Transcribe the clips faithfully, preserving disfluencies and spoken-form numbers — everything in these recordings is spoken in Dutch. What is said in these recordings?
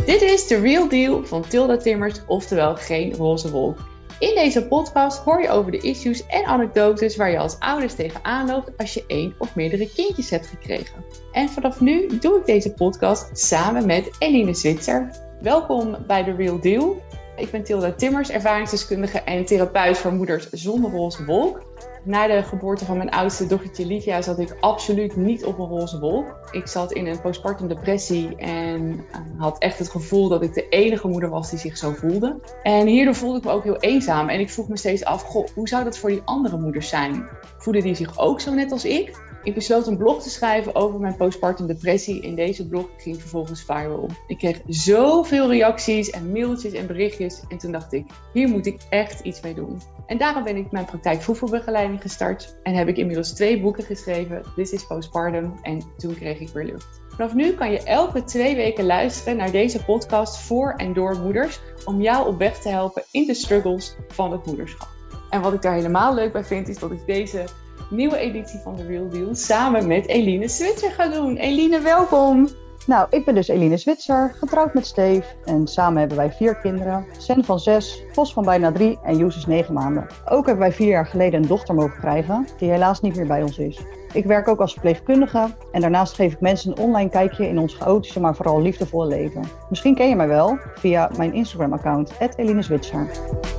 Dit is The Real Deal van Tilda Timmers, oftewel Geen Roze Wolk. In deze podcast hoor je over de issues en anekdotes waar je als ouders tegenaan loopt als je één of meerdere kindjes hebt gekregen. En vanaf nu doe ik deze podcast samen met Eline Zwitser. Welkom bij The Real Deal. Ik ben Tilda Timmers, ervaringsdeskundige en therapeut voor moeders zonder roze wolk. Na de geboorte van mijn oudste dochtertje Livia zat ik absoluut niet op een roze wolk. Ik zat in een postpartum depressie en had echt het gevoel dat ik de enige moeder was die zich zo voelde. En hierdoor voelde ik me ook heel eenzaam en ik vroeg me steeds af, goh, hoe zou dat voor die andere moeders zijn? Voelden die zich ook zo net als ik? Ik besloot een blog te schrijven over mijn postpartum depressie. In deze blog ging vervolgens viral. Ik kreeg zoveel reacties en mailtjes en berichtjes. En toen dacht ik, hier moet ik echt iets mee doen. En daarom ben ik mijn praktijk voedselbegeleiding gestart. En heb ik inmiddels twee boeken geschreven. This is Postpartum en Toen kreeg ik weer lucht. Vanaf nu kan je elke twee weken luisteren naar deze podcast voor en door moeders. Om jou op weg te helpen in de struggles van het moederschap. En wat ik daar helemaal leuk bij vind is dat ik deze nieuwe editie van The Real Deal samen met Eline Zwitser ga doen. Eline, welkom! Nou, ik ben dus Eline Zwitser, getrouwd met Steve en samen hebben wij vier kinderen. Sen van zes, Vos van bijna drie en Joes is negen maanden. Ook hebben wij vier jaar geleden een dochter mogen krijgen, die helaas niet meer bij ons is. Ik werk ook als verpleegkundige en daarnaast geef ik mensen een online kijkje in ons chaotische, maar vooral liefdevolle leven. Misschien ken je mij wel via mijn Instagram-account, at Eline Zwitser.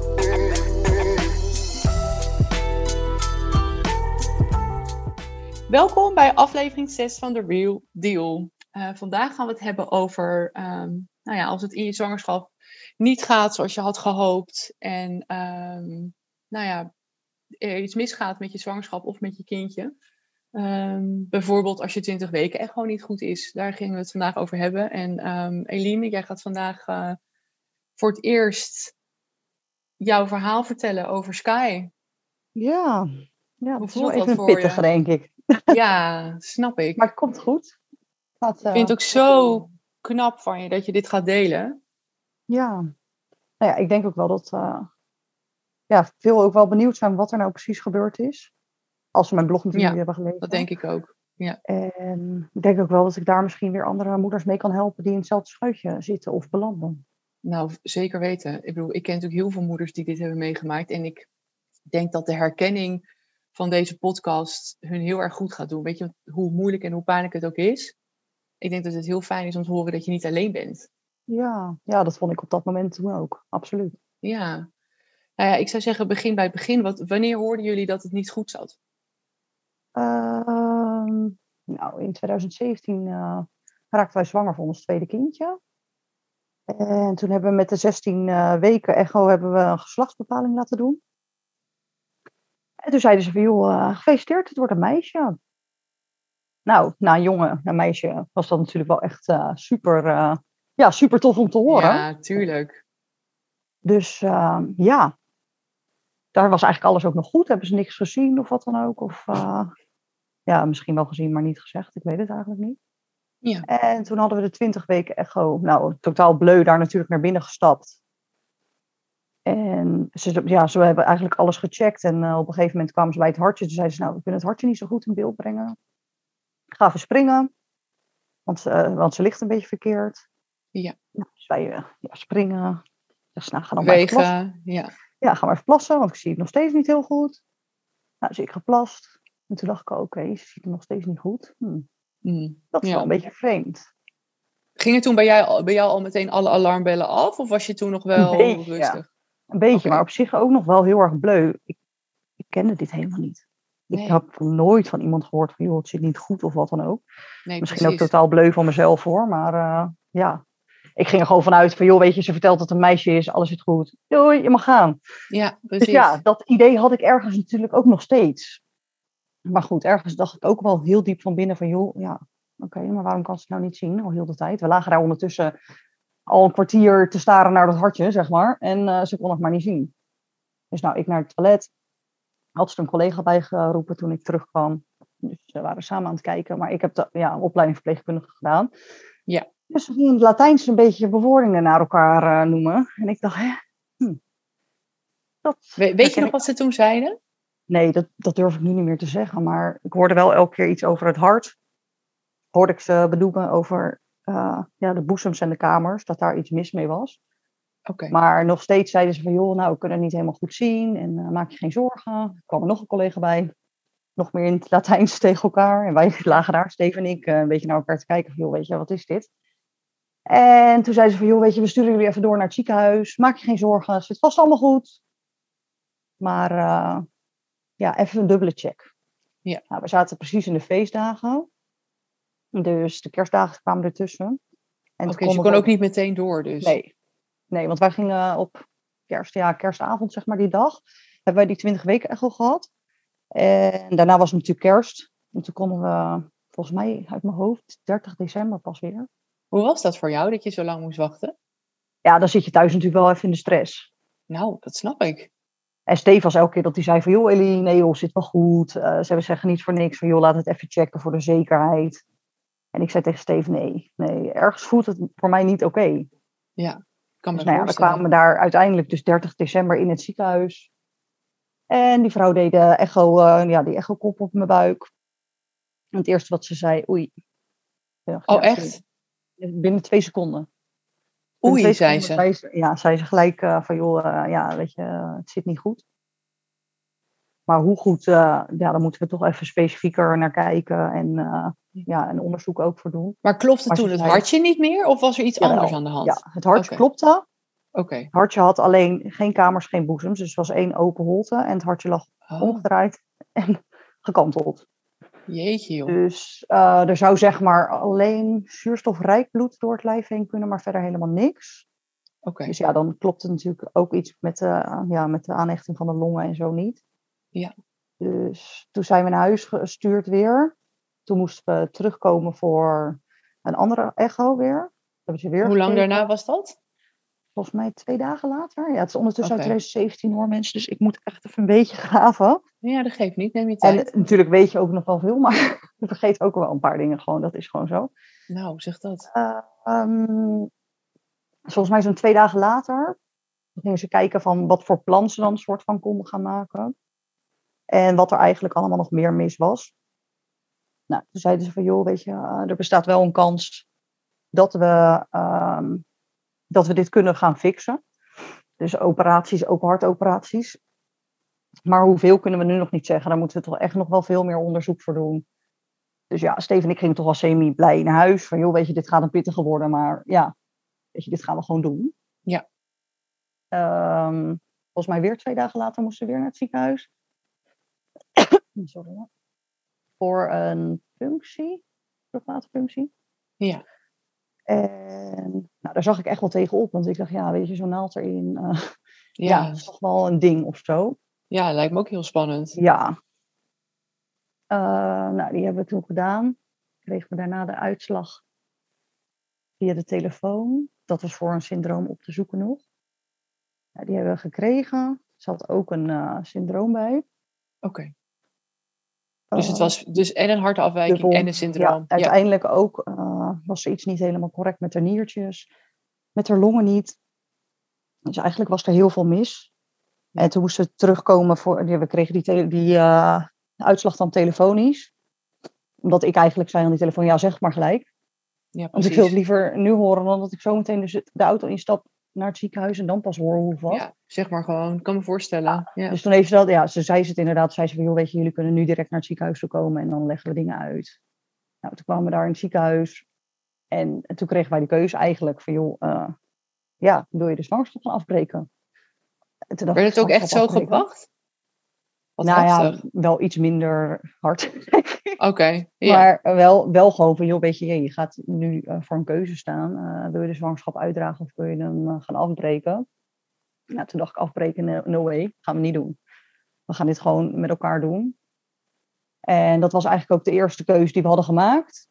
Welkom bij aflevering zes van The Real Deal. Uh, vandaag gaan we het hebben over, um, nou ja, als het in je zwangerschap niet gaat zoals je had gehoopt. En um, nou ja, er iets misgaat met je zwangerschap of met je kindje. Um, bijvoorbeeld als je twintig weken echt gewoon niet goed is. Daar gingen we het vandaag over hebben. En um, Eline, jij gaat vandaag uh, voor het eerst jouw verhaal vertellen over Sky. Ja, ja, dat Hoe is wel voelt even dat een voor pittige, je? denk ik. Ja, snap ik. Maar het komt goed. Gaat, uh, Ik vind het ook zo knap van je dat je dit gaat delen. Ja, nou ja, ik denk ook wel dat uh, ja, veel ook wel benieuwd zijn wat er nou precies gebeurd is. Als ze mijn blog natuurlijk Ja, hebben gelezen. dat denk ik ook. Ja. En ik denk ook wel dat ik daar misschien weer andere moeders mee kan helpen die in hetzelfde schuitje zitten of belanden. Nou, zeker weten. Ik bedoel, ik ken natuurlijk heel veel moeders die dit hebben meegemaakt. En ik denk dat de herkenning van deze podcast hun heel erg goed gaat doen. Weet je hoe moeilijk en hoe pijnlijk het ook is? Ik denk dat het heel fijn is om te horen dat je niet alleen bent. Ja, ja, dat vond ik op dat moment toen ook. Absoluut. Ja. Nou ja, ik zou zeggen, begin bij het begin. Wat, wanneer hoorden jullie dat het niet goed zat? Uh, nou, in twintig zeventien uh, raakten wij zwanger voor ons tweede kindje. En toen hebben we met de zestien uh, weken echo hebben we een geslachtsbepaling laten doen. En toen zeiden ze van, joh, uh, gefeliciteerd, het wordt een meisje. Nou, na een jongen, na een meisje was dat natuurlijk wel echt uh, super, uh, ja, super tof om te horen. Ja, tuurlijk. Dus uh, ja, daar was eigenlijk alles ook nog goed. Hebben ze niks gezien of wat dan ook? Of uh, ja, misschien wel gezien, maar niet gezegd. Ik weet het eigenlijk niet. Ja. En toen hadden we de twintig weken echo. Nou, totaal bleu daar natuurlijk naar binnen gestapt. En ze, ja, ze hebben eigenlijk alles gecheckt. En uh, op een gegeven moment kwamen ze bij het hartje. Toen zeiden ze, nou, we kunnen het hartje niet zo goed in beeld brengen. Ga even springen. Want, uh, want ze ligt een beetje verkeerd. Ja. Nou, dus wij uh, ja, springen. Dus, nou, ga dan maar even plassen. Wegen, ja. Ja, ga maar even plassen, want ik zie het nog steeds niet heel goed. Nou, dus ik geplast. En toen dacht ik, oké, okay, ze ziet het nog steeds niet goed. Hm. Mm, Dat is ja. wel een beetje vreemd. Gingen toen bij jou, bij jou al meteen alle alarmbellen af? Of was je toen nog wel een beetje, rustig? Ja. Een beetje, Okay. Maar op zich ook nog wel heel erg bleu. Ik, ik kende dit helemaal niet. Nee. Ik heb nooit van iemand gehoord van, joh, het zit niet goed of wat dan ook. Nee, Misschien precies. ook totaal bleu van mezelf hoor. Maar uh, ja, ik ging er gewoon vanuit van, joh, weet je, ze vertelt dat het een meisje is, alles zit goed. Doei, je mag gaan. Ja, precies. Dus ja, dat idee had ik ergens natuurlijk ook nog steeds. Maar goed, ergens dacht ik ook wel heel diep van binnen van, joh, ja, oké, okay, maar waarom kan ze het nou niet zien al heel de tijd? We lagen daar ondertussen al een kwartier te staren naar dat hartje, zeg maar. En uh, ze kon het maar niet zien. Dus nou, ik naar het toilet. Had ze een collega bijgeroepen toen ik terugkwam. Dus we waren samen aan het kijken. Maar ik heb de ja, opleiding verpleegkundige gedaan. Ja. Dus we gingen in het Latijns een beetje bewoordingen naar elkaar uh, noemen. En ik dacht, hè, hm. Dat, We, weet je nog wat ze toen zeiden? Nee, dat, dat durf ik nu niet meer te zeggen. Maar ik hoorde wel elke keer iets over het hart. Hoorde ik ze bedoelen over uh, ja, de boezems en de kamers, dat daar iets mis mee was. Oké. Maar nog steeds zeiden ze van, joh, nou, we kunnen het niet helemaal goed zien en uh, maak je geen zorgen. Er kwam er nog een collega bij, nog meer in het Latijns tegen elkaar. En wij lagen daar, Steven en ik, uh, een beetje naar elkaar te kijken van, joh, weet je, wat is dit? En toen zeiden ze van, joh, weet je, we sturen jullie even door naar het ziekenhuis. Maak je geen zorgen, het zit vast allemaal goed. Maar uh, ja, even een dubbele check. Ja. Nou, we zaten precies in de feestdagen. Dus de kerstdagen kwamen ertussen. Oké, okay, dus je kon ook niet meteen door dus? Nee. Nee, want wij gingen op kerst, ja, kerstavond, zeg maar, die dag. Hebben wij die twintig weken echo gehad. En daarna was het natuurlijk kerst. En toen konden we, volgens mij uit mijn hoofd, dertig december pas weer. Hoe was dat voor jou, dat je zo lang moest wachten? Ja, dan zit je thuis natuurlijk wel even in de stress. Nou, dat snap ik. En Steve was elke keer dat hij zei van, joh Ellie, nee joh, zit wel goed. Uh, ze zeggen niet voor niks van, joh, laat het even checken voor de zekerheid. En ik zei tegen Steve, nee, nee, ergens voelt het voor mij niet oké. Okay. Ja, kan me dus, nou ja, we voorstellen. kwamen daar uiteindelijk dus dertig december in het ziekenhuis. En die vrouw deed de echo, uh, ja, die echokop op mijn buik. En het eerste wat ze zei, oei. Dacht, oh, ja, echt? Binnen twee seconden. Oei, twee zei seconden, ze. Zei, ja, zei ze gelijk uh, van, joh, uh, ja, weet je, uh, het zit niet goed. Maar hoe goed, uh, ja, daar moeten we toch even specifieker naar kijken. En uh, ja, een onderzoek ook voor doen. Maar klopte maar toen het zei, hartje niet meer? Of was er iets jawel, anders aan de hand? Ja, het hartje okay. klopte. Oké. Okay. Het hartje had alleen geen kamers, geen boezems. Dus het was één open holte. En het hartje lag oh. omgedraaid en gekanteld. Jeetje joh. Dus uh, er zou zeg maar alleen zuurstofrijk bloed door het lijf heen kunnen. Maar verder helemaal niks. Oké. Okay. Dus ja, dan klopt het natuurlijk ook iets met, uh, ja, met de aanhechting van de longen en zo niet. Ja. Dus toen zijn we naar huis gestuurd weer. Toen moesten we terugkomen voor een andere echo weer. Hebben ze weer Hoe lang gekeken. daarna was dat? Volgens mij twee dagen later. Ja, het is ondertussen okay. uit twintig zeventien hoor mensen. Dus ik moet echt even een beetje graven. Ja, dat geeft niet. Neem je tijd. En natuurlijk weet je ook nog wel veel. Maar je vergeet ook wel een paar dingen gewoon. Dat is gewoon zo. Nou, zeg dat. Uh, um, volgens mij zo'n twee dagen later. Gingen ze kijken van wat voor plan ze dan een soort van konden gaan maken. En wat er eigenlijk allemaal nog meer mis was. Nou, toen zeiden ze van, joh, weet je, uh, er bestaat wel een kans dat we, um, dat we dit kunnen gaan fixen. Dus operaties, open hartoperaties. Maar hoeveel kunnen we nu nog niet zeggen. Daar moeten we toch echt nog wel veel meer onderzoek voor doen. Dus ja, Steven en ik gingen toch wel semi-blij naar huis. Van, joh, weet je, dit gaat een pittige worden. Maar ja, weet je, dit gaan we gewoon doen. Ja. Um, volgens mij weer twee dagen later moesten we weer naar het ziekenhuis. Sorry. Voor een punctie, prostaatpunctie. Ja. En nou, daar zag ik echt wel tegenop, want ik dacht, ja, weet je, zo'n naald erin, uh, ja. ja, dat is toch wel een ding of zo. Ja, lijkt me ook heel spannend. Ja. Uh, nou, die hebben we toen gedaan. Kregen we daarna de uitslag via de telefoon. Dat was voor een syndroom op te zoeken nog. Nou, die hebben we gekregen. Er zat ook een uh, syndroom bij. Oké. Okay. Dus het was dus en een hartafwijking dubbel, en een syndroom. Ja, uiteindelijk ja. ook uh, was er iets niet helemaal correct met haar niertjes. Met haar longen niet. Dus eigenlijk was er heel veel mis. Ja. En toen moesten we terugkomen voor... Ja, we kregen die, tele, die uh, uitslag dan telefonisch. Omdat ik eigenlijk zei aan die telefoon, ja, zeg maar gelijk. Ja, want ik wil het liever nu horen dan dat ik zo meteen dus de auto instap naar het ziekenhuis en dan pas hoor hoe het was. Ja, zeg maar gewoon. Ik kan me voorstellen. Ja, ja. Dus toen heeft ze dat, ja, ze zei ze het inderdaad. Zei ze van, joh, weet je, jullie kunnen nu direct naar het ziekenhuis toe komen en dan leggen we dingen uit. Nou, toen kwamen we daar in het ziekenhuis en, en toen kregen wij de keuze eigenlijk van, joh, uh, ja, wil je de zwangerschap gaan afbreken? En toen dacht werd het ook echt zo afbreken. gebracht? Wat nou heftig. Ja, wel iets minder hard. Oké. Okay, ja. Maar wel, wel gewoon van, joh, weet je, je gaat nu uh, voor een keuze staan. Uh, wil je de zwangerschap uitdragen of wil je hem uh, gaan afbreken? Nou, toen dacht ik, afbreken, no, no way. Gaan we niet doen. We gaan dit gewoon met elkaar doen. En dat was eigenlijk ook de eerste keuze die we hadden gemaakt.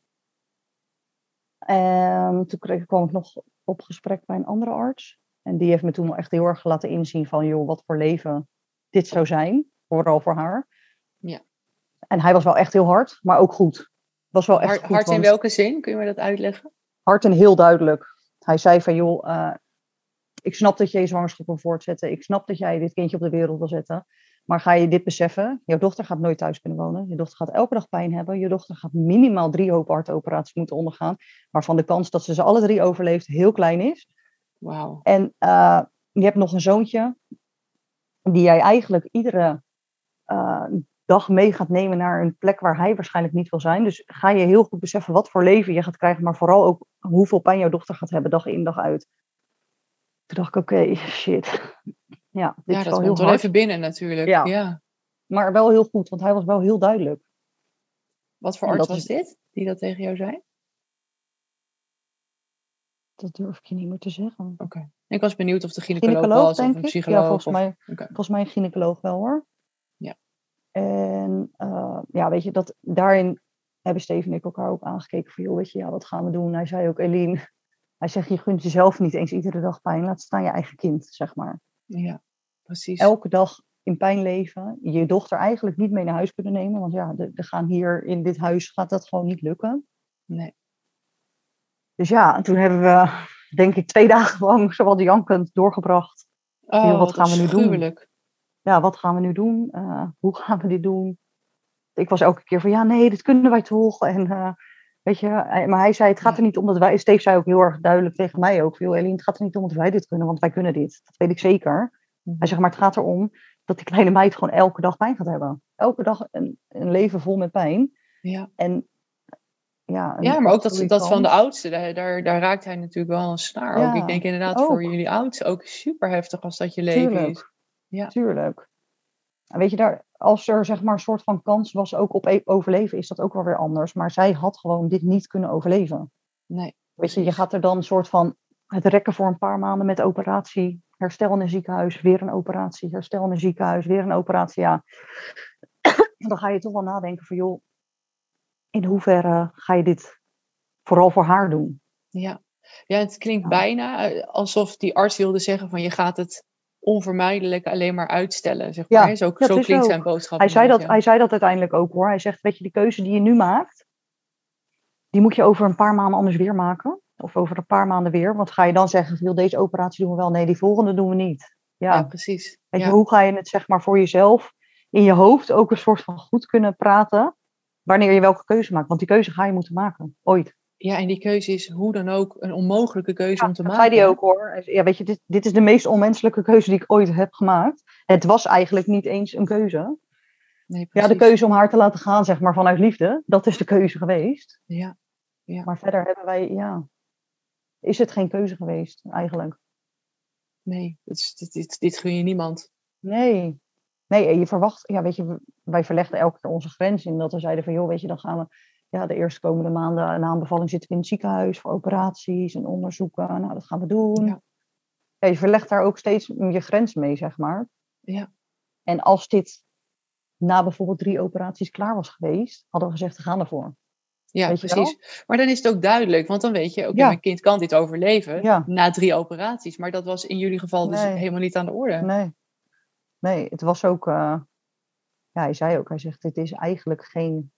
En toen kreeg, kwam ik nog op gesprek bij een andere arts. En die heeft me toen echt heel erg laten inzien van, joh, wat voor leven dit zou zijn. Vooral voor haar. Ja. En hij was wel echt heel hard, maar ook goed. Was wel echt hard, goed, hard in want... welke zin? Kun je me dat uitleggen? Hard en heel duidelijk. Hij zei van, joh, uh, ik snap dat je je zwangerschap wil voortzetten. Ik snap dat jij dit kindje op de wereld wil zetten. Maar ga je dit beseffen, jouw dochter gaat nooit thuis kunnen wonen. Je dochter gaat elke dag pijn hebben. Je dochter gaat minimaal drie open hartoperaties moeten ondergaan. Waarvan de kans dat ze ze alle drie overleeft heel klein is. Wauw. En uh, je hebt nog een zoontje die jij eigenlijk iedere uh, dag mee gaat nemen naar een plek waar hij waarschijnlijk niet wil zijn. Dus ga je heel goed beseffen wat voor leven je gaat krijgen, maar vooral ook hoeveel pijn jouw dochter gaat hebben dag in dag uit. Toen dacht ik, oké, okay, shit. Ja, dit ja, is dat wel komt heel wel hard. even binnen natuurlijk. Ja. ja. Maar wel heel goed, want hij was wel heel duidelijk. Wat voor En arts dat was is- dit, die dat tegen jou zei? Dat durf ik je niet meer te zeggen. Oké. Ik was benieuwd of de gynaecoloog, Gynaecoloog, was of denk een ik. psycholoog. Ja, volgens of... mij, Oké. volgens mij een gynaecoloog wel hoor. Ja. En uh, ja, weet je, dat, daarin hebben Steven en ik elkaar ook aangekeken van, joh, weet je, ja, wat gaan we doen? Hij zei ook, Eline, hij zegt, je gunt jezelf niet eens iedere dag pijn. Laat staan je eigen kind, zeg maar. Ja, precies. Elke dag in pijn leven. Je dochter eigenlijk niet mee naar huis kunnen nemen. Want ja, er gaan hier in dit huis gaat dat gewoon niet lukken. Nee. Dus ja, en toen hebben we, denk ik, twee dagen lang zowel jankend doorgebracht. Oh, Joh, wat wat gaan we nu doen? afschuwelijk. Ja, wat gaan we nu doen? Uh, hoe gaan we dit doen? Ik was elke keer van, ja, nee, dit kunnen wij toch. En uh, weet je, hij, maar hij zei, het gaat Ja. er niet om dat wij... Steve zei ook heel erg duidelijk tegen mij ook, joh, Eline, het gaat er niet om dat wij dit kunnen, want wij kunnen dit. Dat weet ik zeker. Mhm. Hij zegt, maar het gaat erom dat die kleine meid gewoon elke dag pijn gaat hebben. Elke dag een, een leven vol met pijn. Ja. En ja, een Ja, maar ook dat, goede dat van de kans. oudste, daar, daar, daar raakt hij natuurlijk wel een snaar Ja, ook. Ik denk inderdaad ook. voor jullie oudste ook super heftig als dat je leven Tuurlijk. is. Ja. Tuurlijk. En weet je, daar, als er zeg maar een soort van kans was ook op e- overleven, is dat ook wel weer anders. Maar zij had gewoon dit niet kunnen overleven. Nee. Weet je, je gaat er dan een soort van het rekken voor een paar maanden met operatie, herstel in een ziekenhuis, weer een operatie, herstel in een ziekenhuis, weer een operatie. Ja, dan ga je toch wel nadenken van, joh, in hoeverre ga je dit vooral voor haar doen? Ja, ja het klinkt Ja. bijna eh, alsof die arts wilde zeggen van je gaat het onvermijdelijk alleen maar uitstellen. Zeg maar. Ja, hè? Zo, dat zo is klinkt ook. zijn boodschap. Hij een zei, dat, beetje. hij zei dat uiteindelijk ook hoor. Hij zegt, weet je, die keuze die je nu maakt, die moet je over een paar maanden anders weer maken. Of over een paar maanden weer. Want ga je dan zeggen, wil deze operatie doen we wel? Nee, die volgende doen we niet. Ja, Ja, precies. weet je, Ja. hoe ga je het zeg maar voor jezelf in je hoofd ook een soort van goed kunnen praten wanneer je welke keuze maakt? Want die keuze ga je moeten maken, ooit. ja, en die keuze is hoe dan ook een onmogelijke keuze om te Dat maken. zei hij ook hoor. Ja, weet je, dit, dit is de meest onmenselijke keuze die ik ooit heb gemaakt. Het was eigenlijk niet eens een keuze. Nee, Ja, precies. de keuze om haar te laten gaan, zeg maar, vanuit liefde. Dat is de keuze geweest. Ja. Ja. Maar verder hebben wij, ja... Is het geen keuze geweest, eigenlijk? Nee, dit, is- dit, dit, dit gun je niemand. Nee. Nee, en je verwacht... Ja, weet je, wij verlegden elke keer onze grens in. Dat we zeiden van, joh, weet je, dan gaan we... Ja, de eerstkomende maanden na een bevalling zitten we in het ziekenhuis voor operaties en onderzoeken. Nou, dat gaan we doen. Ja. Ja, je verlegt daar ook steeds je grens mee, zeg maar. Ja. En als dit na bijvoorbeeld drie operaties klaar was geweest, hadden we gezegd, we gaan ervoor. Ja, Weet je precies. Maar dan is het ook duidelijk, want dan weet je, oké, Ja. mijn kind kan dit overleven Ja. na drie operaties. Maar dat was in jullie geval dus Nee. helemaal niet aan de orde. Nee. Nee, het was ook... Uh, ja, hij zei ook, hij zegt, dit is eigenlijk geen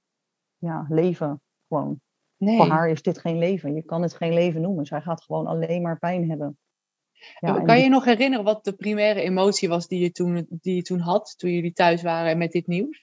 ja, leven, gewoon. Nee. Voor haar is dit geen leven. Je kan het geen leven noemen. Zij gaat gewoon alleen maar pijn hebben. Ja, kan en je die- je nog herinneren wat de primaire emotie was die je toen, die je toen had, toen jullie thuis waren met dit nieuws?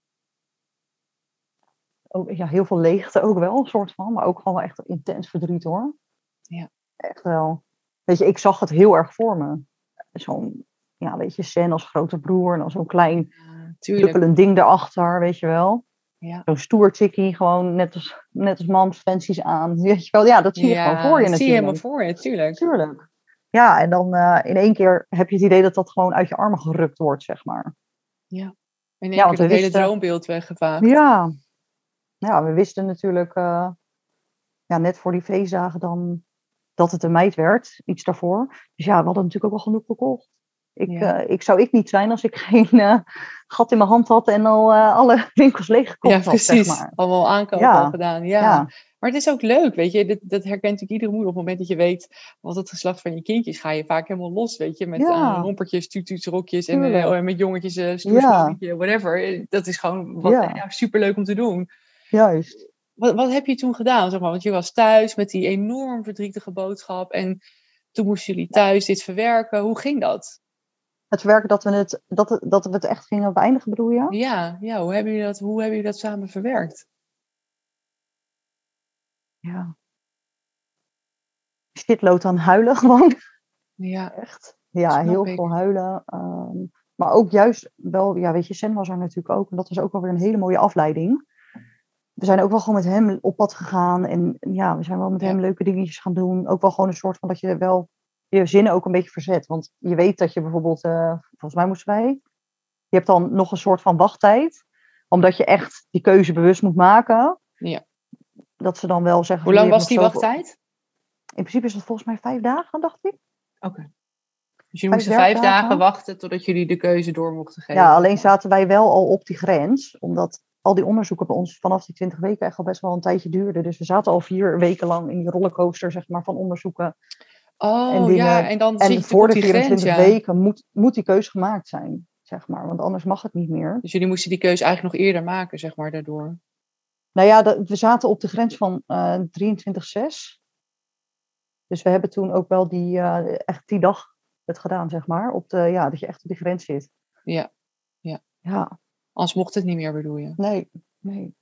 ook, ja, heel veel leegte ook wel, een soort van. Maar ook gewoon wel echt intens verdriet hoor. Ja. Echt wel. Weet je, ik zag het heel erg voor me. Zo'n, ja, weet je, Sen als grote broer en dan zo'n klein Ja, tuurlijk. duppelend ding daarachter, weet je wel. Ja. Zo'n stoer chickie, gewoon net als, net als mams, fancies aan. Weet je wel, ja, dat zie je gewoon voor je dat zie je natuurlijk. helemaal voor je, tuurlijk. Tuurlijk. Ja, en dan uh, in één keer heb je het idee dat dat gewoon uit je armen gerukt wordt, zeg maar. Ja. In één Ja, keer want dat we hele wisten- droombeeld weggevaagd. Ja. Ja, we wisten natuurlijk uh, ja, net voor die feestdagen dan dat het een meid werd, iets daarvoor. Dus ja, we hadden natuurlijk ook al genoeg gekocht. Ik, Ja. uh, ik zou ik niet zijn als ik geen uh, gat in mijn hand had en al uh, alle winkels leeggekocht Ja, had, precies. zeg maar. Allemaal aankopen Ja. al gedaan. Ja. Ja. Maar het is ook leuk, weet je. Dat, dat herkent natuurlijk iedere moeder. Op het moment dat je weet wat het geslacht van je kindjes, ga je vaak helemaal los, weet je. Met Ja. uh, rompertjes, tutu's, rokjes en Tuurlijk. uh, met jongetjes, uh, Ja. stoersmannetje, whatever. Dat is gewoon wat, Ja. ja, superleuk om te doen. Juist. Wat, wat heb je toen gedaan? Zeg maar? Want je was thuis met die enorm verdrietige boodschap. En toen moesten jullie thuis dit verwerken. Hoe ging dat? Het verwerken dat we het, dat, het- dat we het echt gingen beëindigen, bedoel je? Ja, ja hoe, hebben jullie dat, hoe hebben jullie dat samen verwerkt? Ja. Shitload aan huilen gewoon. Ja, Echt. Ja, snap heel ik. veel huilen. ehm, maar ook juist wel, ja, weet je, Sen was er natuurlijk ook. En dat was ook wel weer een hele mooie afleiding. We zijn ook wel gewoon met hem op pad gegaan. En ja, we zijn wel met Ja. hem leuke dingetjes gaan doen. Ook wel gewoon een soort van dat je wel je zinnen ook een beetje verzet. Want je weet dat je bijvoorbeeld, eh, volgens mij moesten wij, je hebt dan nog een soort van wachttijd. Omdat je echt die keuze bewust moet maken. Ja. Dat ze dan wel zeggen Hoe van, lang je was hebt die nog zoveel- wachttijd? In principe is dat volgens mij vijf dagen, dacht ik. Oké. Dus jullie Vijf moesten vijf werkdagen. dagen wachten totdat jullie de keuze door mochten geven. Ja, alleen zaten wij wel al op die grens. Omdat al die onderzoeken bij ons vanaf die twintig weken echt al best wel een tijdje duurden. Dus we zaten al vier weken lang in die rollercoaster, zeg maar, van onderzoeken Oh en dingen. ja, en dan zit je En natuurlijk voor op de die grens, vierentwintig ja. weken moet, moet die keuze gemaakt zijn, zeg maar. Want anders mag het niet meer. Dus jullie moesten die keuze eigenlijk nog eerder maken, zeg maar, daardoor. Nou ja, dat- we zaten op de grens van eh drieëntwintig zes. Dus we hebben toen ook wel die, eh, echt die dag het gedaan, zeg maar. Op de, ja, dat je echt op die grens zit. Ja, ja. Ja, Anders mocht het niet meer, bedoel je? nee, nee.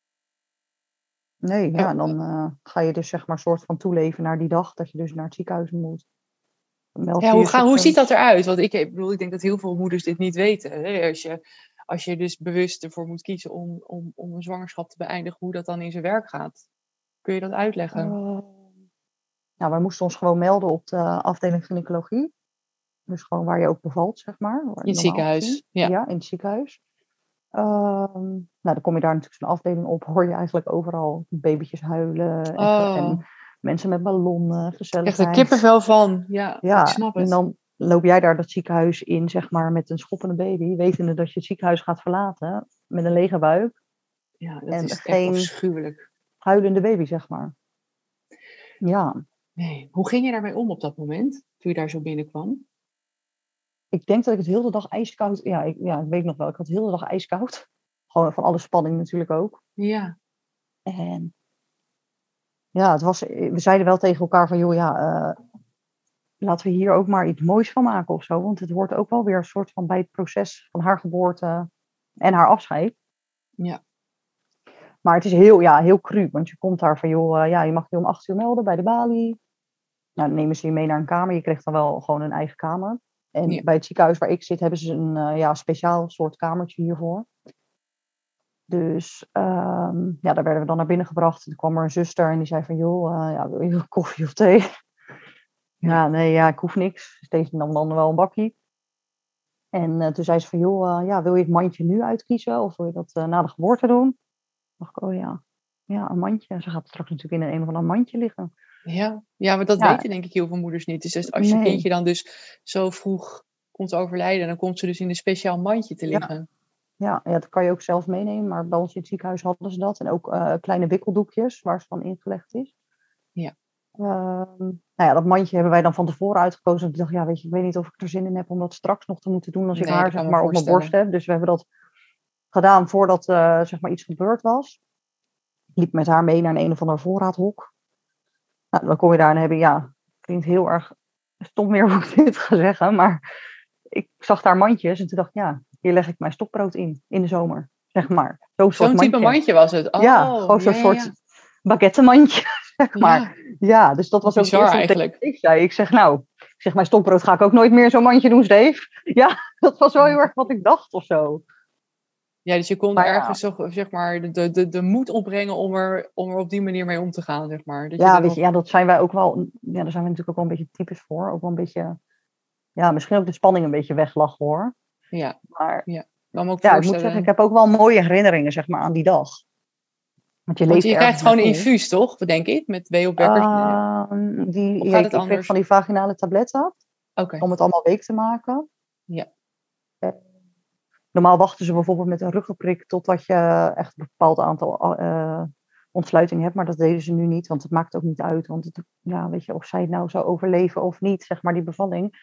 Nee, ja, en dan eh, ga je dus zeg maar soort van toeleven naar die dag dat je dus naar het ziekenhuis moet. Dan meld Ja, je hoe, je gaan, hoe ziet ochtends. dat eruit? Want ik, ik bedoel, ik denk dat heel veel moeders dit niet weten. Hè? Als, je, als je dus bewust ervoor moet kiezen om, om, om een zwangerschap te beëindigen, hoe dat dan in zijn werk gaat. Kun je dat uitleggen? Eh, nou, wij moesten ons gewoon melden op de afdeling gynaecologie. Dus gewoon waar je ook bevalt, zeg maar. Waar in het normaal ziekenhuis. gezien. Ja. Ja, in het ziekenhuis. Ehm, nou, dan kom je daar natuurlijk zo'n afdeling op. Hoor je eigenlijk overal babytjes huilen. En, Oh, en mensen met ballonnen, echt gezelligheid. een kippenvel van. Ja, ik Ja, snap en het. dan loop jij daar dat ziekenhuis in, zeg maar, met een schoppende baby. Wetende dat je het ziekenhuis gaat verlaten. Met een lege buik. Ja, dat En is echt geen afschuwelijk. huilende baby, zeg maar. Ja, Nee. Hoe ging je daarmee om op dat moment, toen je daar zo binnenkwam? ik denk dat ik het heel de dag ijskoud... Ja, ik, ja, ik weet nog wel. Ik had de hele dag ijskoud. Gewoon van alle spanning natuurlijk ook. Ja, En ja, het was, we zeiden wel tegen elkaar van, joh, ja, eh, laten we hier ook maar iets moois van maken of zo. Want het hoort ook wel weer een soort van bij het proces van haar geboorte en haar afscheid. ja, Maar het is heel, ja, heel cru, want je komt daar van, joh, eh, ja, je mag je om acht uur melden bij de balie. Nou, dan nemen ze je mee naar een kamer. Je krijgt dan wel gewoon een eigen kamer. En Ja. bij het ziekenhuis waar ik zit, hebben ze een eh, ja, speciaal soort kamertje hiervoor. Dus ehm, ja, daar werden we dan naar binnen gebracht. Toen kwam er een zuster en die zei van, joh, eh, ja, wil je koffie of thee? Ja, nee, ja, ik hoef niks. Steeds nam dan wel een bakje. En eh, toen zei ze van, joh, eh, ja, wil je het mandje nu uitkiezen? Of wil je dat eh, na de geboorte doen? Toen dacht ik, oh ja, ja, een mandje. Ze gaat straks natuurlijk in een of ander mandje liggen. ja. Ja, maar dat Ja. weten denk ik heel veel moeders niet. Dus als je Nee. kindje dan dus zo vroeg komt overlijden, dan komt ze dus in een speciaal mandje te Ja. liggen. Ja, ja, dat kan je ook zelf meenemen. Maar bij ons in het ziekenhuis hadden ze dat. En ook eh, kleine wikkeldoekjes waar ze dan ingelegd is. Ja. Ehm, nou ja, dat mandje hebben wij dan van tevoren uitgekozen. Ik dacht, ja, weet je, ik weet niet of ik er zin in heb om dat straks nog te moeten doen als ik Nee, haar dat zeg kan me maar op mijn voorstellen. borst heb. Dus we hebben dat gedaan voordat eh, zeg maar iets gebeurd was. Ik liep met haar mee naar een, een of ander voorraadhok. Nou, dan kom je daar en heb je, ja, klinkt heel erg stom meer hoe ik dit ga zeggen. Maar ik zag daar mandjes en toen dacht ik, ja, hier leg ik mijn stokbrood in, in de zomer. Zeg maar. Zo'n soort Zo'n type mandje. mandje was het. Oh, Ja, gewoon zo'n ja, ja, soort ja. baguettemandje, zeg maar. Ja, Ja, dus dat was ook het bizar eerste wat ik eigenlijk. tegen Steve zei. Ik zeg, nou, ik zeg, mijn stokbrood ga ik ook nooit meer in zo'n mandje doen, Steve. Ja, dat was wel heel erg wat ik dacht of zo. Ja, dus je kon Maar ja. ergens zo, zeg maar, de, de, de, de moed opbrengen om er, om er op die manier mee om te gaan, zeg maar. Dat Ja, er weet ook- je, ja, dat zijn wij ook wel, ja, daar zijn we natuurlijk ook wel een beetje typisch voor. Ook wel een beetje, ja, misschien ook de spanning een beetje weglag hoor. ja, Maar ik kan me ook ja, ik moet voorstellen. zeggen, ik heb ook wel mooie herinneringen, zeg maar, aan die dag. Want je Want leeft je ergens krijgt gewoon een naartoe. infuus, toch? Denk ik, met W O Bekkers. Ehm, die, Of ja, gaat ik, het ik kreeg anders? van die vaginale tabletten, Oké, om het allemaal week te maken. Ja. Eh, Normaal wachten ze bijvoorbeeld met een ruggenprik totdat je echt een bepaald aantal uh, ontsluitingen hebt. Maar dat deden ze nu niet, want het maakt ook niet uit. Want het, ja, weet je, of zij het nou zou overleven of niet, zeg maar, die bevalling.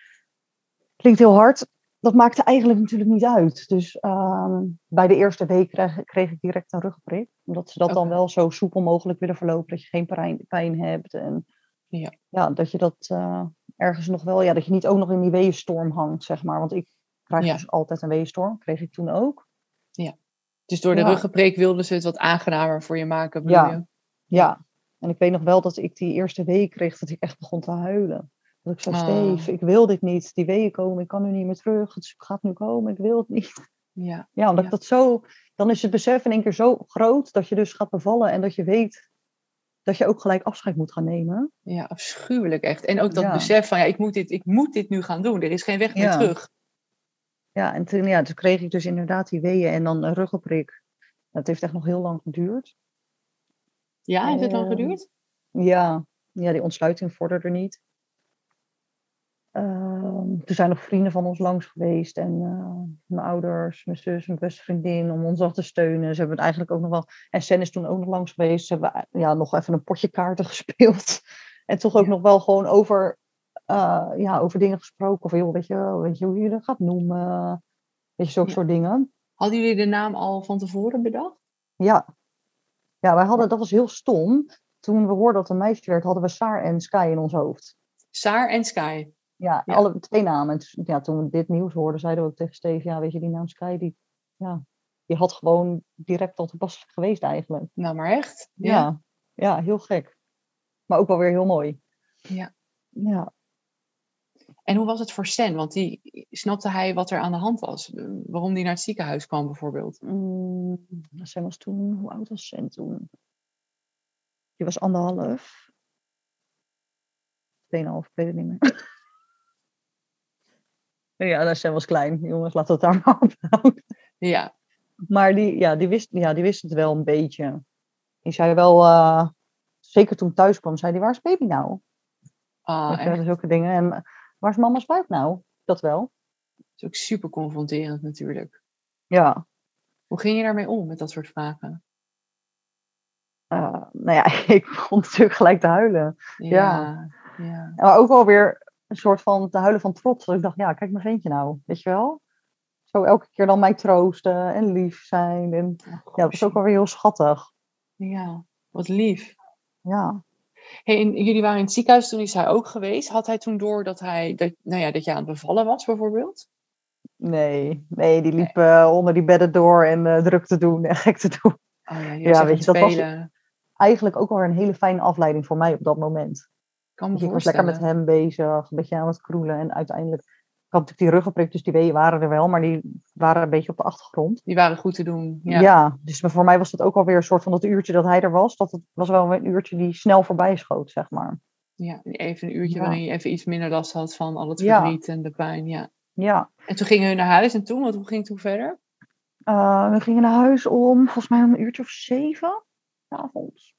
Klinkt heel hard. Dat maakte eigenlijk natuurlijk niet uit. Dus um, bij de eerste week kreeg, kreeg ik direct een ruggenprik. Omdat ze dat Oké. dan wel zo soepel mogelijk willen verlopen. Dat je geen pijn, pijn hebt. En Ja. ja, dat je dat uh, ergens nog wel... Ja, dat je niet ook nog in die weeënstorm hangt, zeg maar. Want ik krijg je Ja. dus altijd een weeënstorm. Kreeg ik toen ook. Dus door de Ja. ruggenprik wilden ze het wat aangenamer voor je maken, bedoel Ja. je? Ja. En ik weet nog wel dat ik die eerste week kreeg dat ik echt begon te huilen. Dat ik zei, Oh, Steve, ik wil dit niet. Die weeën komen, ik kan nu niet meer terug. Het gaat nu komen, ik wil het niet. ja. Ja, omdat Ja. ik dat zo... Dan is het besef in één keer zo groot dat je dus gaat bevallen en dat je weet dat je ook gelijk afscheid moet gaan nemen. Ja, afschuwelijk echt. En ook dat Ja. besef van, ja, ik moet, dit, ik moet dit nu gaan doen. Er is geen weg meer Ja. terug. Ja, en toen, ja, toen kreeg ik dus inderdaad die weeën en dan een ruggenprik. Dat heeft echt nog heel lang geduurd. Ja, heeft het lang Ehm, geduurd? Ja, ja, die ontsluiting vorderde niet. Ehm, er zijn nog vrienden van ons langs geweest. En eh, mijn ouders, mijn zus, mijn beste vriendin, om ons al te steunen. Ze hebben het eigenlijk ook nog wel... En Sen is toen ook nog langs geweest. Ze hebben eh, ja, nog even een potje kaarten gespeeld. En toch ook Ja. nog wel gewoon over, eh, ja, over dingen gesproken. Van, joh, weet je, wel, weet je hoe je dat gaat noemen? Weet je, zulke Ja. soort dingen. Hadden jullie de naam al van tevoren bedacht? Ja. Ja, wij hadden, dat was heel stom. Toen we hoorden dat het een meisje werd, hadden we Saar en Sky in ons hoofd. Saar en Sky. Ja, Ja. alle twee namen. En toen- ja, toen we dit nieuws hoorden, zeiden we ook tegen Steve, ja, weet je, die naam Sky, die, ja, die had gewoon direct al toepasselijk geweest eigenlijk. Nou, maar echt? Ja. Ja. Ja, heel gek. Maar ook wel weer heel mooi. Ja. Ja. En hoe was het voor Sen? Want die snapte hij wat er aan de hand was. Eh, Waarom die naar het ziekenhuis kwam bijvoorbeeld. Mm, Sen was toen, hoe oud was Sen toen? Die was anderhalf. Tweeënhalf, ik weet het niet meer. Ja, nou, Sen was klein. Jongens, laten we het daar maar op houden. Ja. Maar die, ja, die, wist, ja, die wist het wel een beetje. Die zei wel, eh, zeker toen ik thuis kwam, zei die, waar is baby nou? Ah, Weet je, echt. zulke dingen. En eh, waar is mama's buik nou? Dat wel. Dat is ook super confronterend natuurlijk. Ja. Hoe ging je daarmee om met dat soort vragen? Uh, nou ja, ik begon natuurlijk gelijk te huilen. Ja. Ja. Maar ook wel weer een soort van te huilen van trots. Dat ik dacht, ja, kijk mijn ventje nou. Weet je wel? Zo elke keer dan mij troosten en lief zijn. En Oh, ja, dat was goshie. ook wel weer heel schattig. Ja, wat lief. Ja. Hey, en jullie waren in het ziekenhuis, toen is hij ook geweest. Had hij toen door dat, hij, dat, nou ja, dat je aan het bevallen was bijvoorbeeld? Nee, nee, die liep uh, onder die bedden door en uh, druk te doen en gek te doen. Oh ja, die Ja, was weet echt je, aan dat het was spelen. eigenlijk ook wel weer een hele fijne afleiding voor mij op dat moment. Kan me Dus ik was lekker met voorstellen. hem bezig, een beetje aan het kroelen. En uiteindelijk, ik had natuurlijk die ruggenprik, dus die weeën waren er wel, maar die waren een beetje op de achtergrond. Die waren goed te doen. Ja. Ja, dus voor mij was dat ook alweer een soort van dat uurtje dat hij er was. Dat het was wel een uurtje die snel voorbij schoot, zeg maar. Ja, even een uurtje Ja. waarin je even iets minder last had van al het Ja. verdriet en de pijn. Ja. Ja, En toen gingen we naar huis en toen, wat, hoe ging het toen verder? uh, we gingen naar huis om, volgens mij om een uurtje of zeven, 's avonds.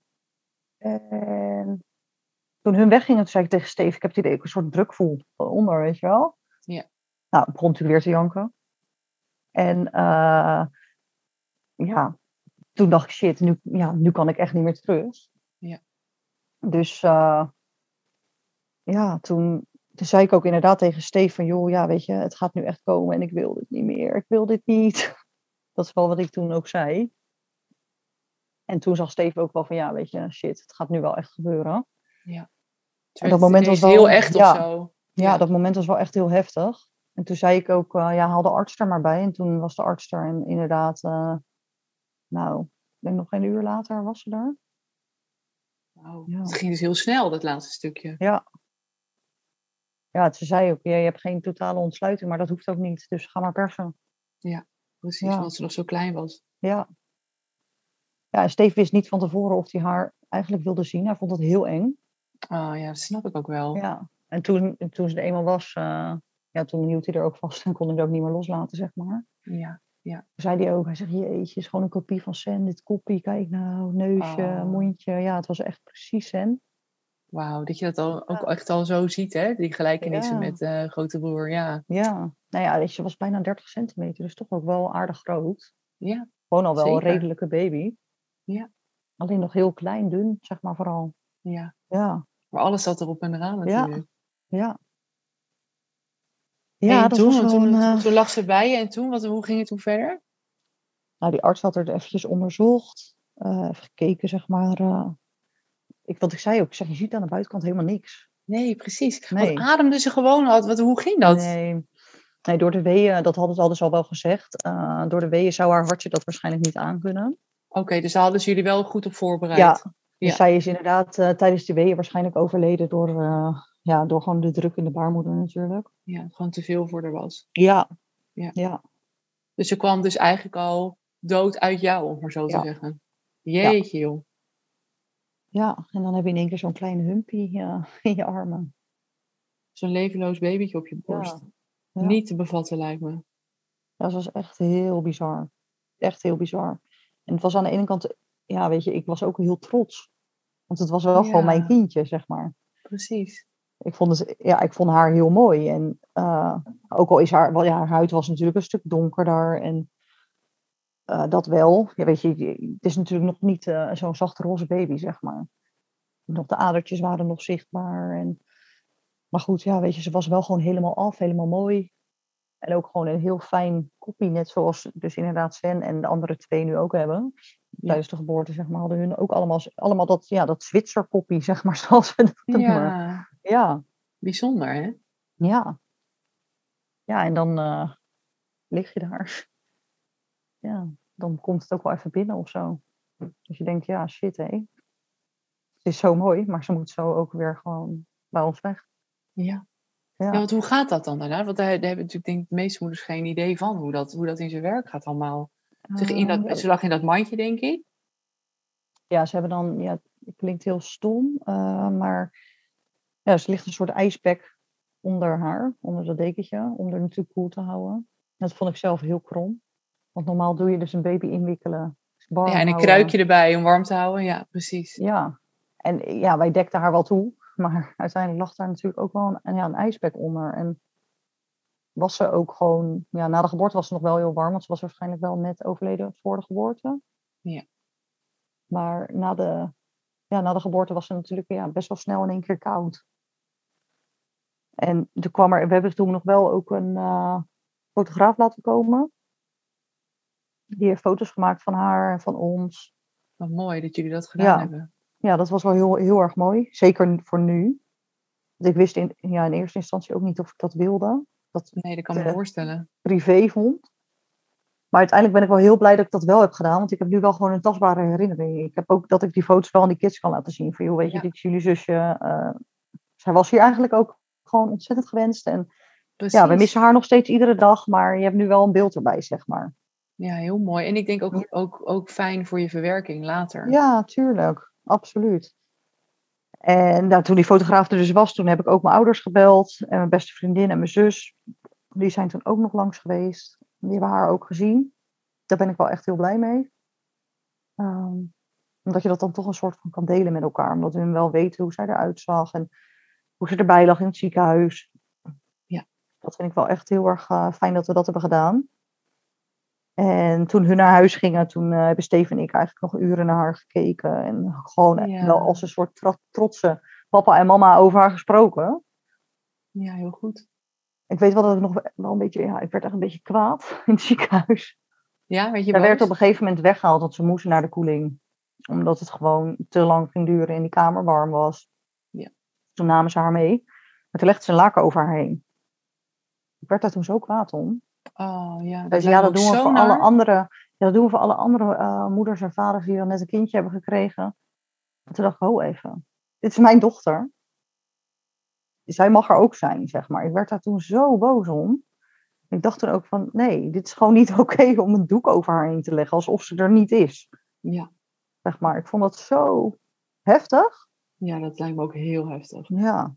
En toen hun weggingen, toen zei ik tegen Steve, ik heb het idee dat ik een soort druk voel onder, weet je wel. Ja. Nou, ik begon natuurlijk weer te janken. En uh, ja, toen dacht ik, shit, nu, ja, nu kan ik echt niet meer terug. Ja. Dus uh, ja, toen, toen zei ik ook inderdaad tegen Steve van, joh, ja, weet je, het gaat nu echt komen en ik wil dit niet meer. Ik wil dit niet. Dat is wel wat ik toen ook zei. En toen zag Steve ook wel van, ja, weet je, shit, het gaat nu wel echt gebeuren. Ja. En dat moment was wel heel echt ja, of zo. Ja, Ja. dat moment was wel echt heel heftig. En toen zei ik ook, uh, ja, haal de arts er maar bij. En toen was de arts er en inderdaad, uh, nou, ik denk nog geen uur later was ze er. Wow. Ja. Het ging dus heel snel, dat laatste stukje. Ja. Ja, ze zei ook, ja, je hebt geen totale ontsluiting, maar dat hoeft ook niet. Dus ga maar persen. Ja, precies, Ja. omdat ze nog zo klein was. Ja. Ja, en Steve wist niet van tevoren of hij haar eigenlijk wilde zien. Hij vond het heel eng. Ah ja, dat snap ik ook wel. Ja. En toen, toen ze er eenmaal was, uh, ja, toen hield hij er ook vast en kon hij er ook niet meer loslaten, zeg maar. Ja, ja. Toen zei hij ook, hij zegt, jeetje, is gewoon een kopie van Sen, dit koppie, kijk nou, neusje, Oh. mondje. Ja, het was echt precies Sen. Wauw, dat je dat al, Ja. ook echt al zo ziet, hè? Die gelijkenissen Ja. met uh, grote broer, ja. Ja, nou ja, ze was bijna dertig centimeter, dus toch ook wel aardig groot. Ja, Gewoon al wel zeker. een redelijke baby. Ja. Alleen nog heel klein, dun, zeg maar vooral. Ja. Ja, Maar alles zat erop en eraan ja, natuurlijk. ja. Hey, Ja, en dat toen, was want wel toen, een, toen, uh, toen lag ze bij je en toen, wat, hoe ging het toen verder? nou, die arts had er eventjes onderzocht, uh, even gekeken, zeg maar. Uh, ik, wat ik zei ook, ik zeg, je ziet aan de buitenkant helemaal niks. Nee, precies. Nee. Want ademde ze gewoon al? Wat, hoe ging dat? Nee. Nee, door de weeën, dat hadden, hadden ze al wel gezegd. Uh, door de weeën zou haar hartje dat waarschijnlijk niet aankunnen. Oké, okay, dus daar hadden ze jullie wel goed op voorbereid. Ja, dus ja. zij is inderdaad uh, tijdens de weeën waarschijnlijk overleden door, uh, ja, door gewoon de druk in de baarmoeder natuurlijk. Ja, gewoon te veel voor haar was. Ja. ja. ja. Dus ze kwam dus eigenlijk al dood uit jou, om maar zo te ja. zeggen. Jeetje, ja. joh. Ja, en dan heb je in één keer zo'n kleine humpie uh, in je armen. Zo'n levenloos babytje op je borst. Ja. Ja. Niet te bevatten, lijkt me. Dat was echt heel bizar. Echt heel bizar. En het was aan de ene kant, ja, weet je, ik was ook heel trots. Want het was wel ja. gewoon mijn kindje, zeg maar. Precies. Ik vond, het, ja, ik vond haar heel mooi. En uh, ook al is haar, wel, ja, haar huid was natuurlijk een stuk donkerder. En uh, dat wel. Ja, weet je, het is natuurlijk nog niet uh, zo'n zachte roze baby, zeg maar. Nog de adertjes waren nog zichtbaar. En, maar goed, ja, weet je, ze was wel gewoon helemaal af, helemaal mooi. En ook gewoon een heel fijn koppie, net zoals dus inderdaad Sven en de andere twee nu ook hebben. Ja. Tijdens de geboorte, zeg maar, hadden hun ook allemaal, allemaal dat, ja, dat Zwitser koppie, zeg maar, zoals we dat noemen. Ja. ja. Bijzonder, hè? Ja. Ja, en dan uh, lig je daar. Ja, dan komt het ook wel even binnen of zo. Dus je denkt, ja, shit, hé. Het is zo mooi, maar ze moet zo ook weer gewoon bij ons weg. Ja. Ja, ja, want hoe gaat dat dan daarna? Want daar, daar hebben natuurlijk denk ik de meeste moeders geen idee van hoe dat, hoe dat in zijn werk gaat allemaal. Zeg, in dat, uh, ze lag in dat mandje, denk ik. Ja, ze hebben dan, ja, het klinkt heel stom, uh, maar ja, ze ligt een soort ijsbek onder haar, onder dat dekentje, om er natuurlijk koel te houden. Dat vond ik zelf heel krom. Want normaal doe je dus een baby inwikkelen. Ja, en een houden. Kruikje erbij om warm te houden, ja, precies. Ja, en ja, wij dekten haar wel toe. Maar uiteindelijk lag daar natuurlijk ook wel een, ja, een ijsbek onder. En was ze ook gewoon... Ja, na de geboorte was ze nog wel heel warm. Want ze was waarschijnlijk wel net overleden voor de geboorte. Ja. Maar na de, ja, na de geboorte was ze natuurlijk ja, best wel snel in één keer koud. En toen kwam er... We hebben toen nog wel ook een uh, fotograaf laten komen. Die heeft foto's gemaakt van haar en van ons. Wat mooi dat jullie dat gedaan ja. hebben. Ja, dat was wel heel, heel erg mooi. Zeker voor nu. Want ik wist in, ja, in eerste instantie ook niet of ik dat wilde. Dat nee, dat kan ik me voorstellen. Privé vond. Maar uiteindelijk ben ik wel heel blij dat ik dat wel heb gedaan. Want ik heb nu wel gewoon een tastbare herinnering. Ik heb ook dat ik die foto's wel aan die kids kan laten zien. Van joh, weet je, ja. dit is jullie zusje. Uh, zij was hier eigenlijk ook gewoon ontzettend gewenst. En Precies. ja, we missen haar nog steeds iedere dag. Maar je hebt nu wel een beeld erbij, zeg maar. Ja, heel mooi. En ik denk ook, ook, ook fijn voor je verwerking later. Ja, tuurlijk. Absoluut. En nou, toen die fotograaf er dus was, toen heb ik ook mijn ouders gebeld. En mijn beste vriendin en mijn zus. Die zijn toen ook nog langs geweest. Die hebben haar ook gezien. Daar ben ik wel echt heel blij mee. Um, omdat je dat dan toch een soort van kan delen met elkaar. Omdat hun wel weten hoe zij eruit zag. En hoe ze erbij lag in het ziekenhuis. Ja. Dat vind ik wel echt heel erg uh, fijn dat we dat hebben gedaan. En toen hun naar huis gingen, toen uh, hebben Steven en ik eigenlijk nog uren naar haar gekeken. En gewoon ja. wel als een soort tro- trotse papa en mama over haar gesproken. Ja, heel goed. Ik weet wel dat ik nog wel een beetje, ja, ik werd echt een beetje kwaad in het ziekenhuis. Ja, weet je Zij werd op een gegeven moment weggehaald, want ze moest naar de koeling. Omdat het gewoon te lang ging duren en die kamer warm was. Ja. Toen namen ze haar mee. Maar toen legde ze een laken over haar heen. Ik werd daar toen zo kwaad om. Oh ja, dat, dus, ja, dat doen we voor alle andere, ja, dat doen we voor alle andere uh, moeders en vaders die dan net een kindje hebben gekregen. En toen dacht ik, oh even, dit is mijn dochter. Zij mag er ook zijn, zeg maar. Ik werd daar toen zo boos om. Ik dacht toen ook van, nee, dit is gewoon niet oké okay om een doek over haar heen te leggen, alsof ze er niet is. Ja. Zeg maar, ik vond dat zo heftig. Ja, dat lijkt me ook heel heftig. Ja.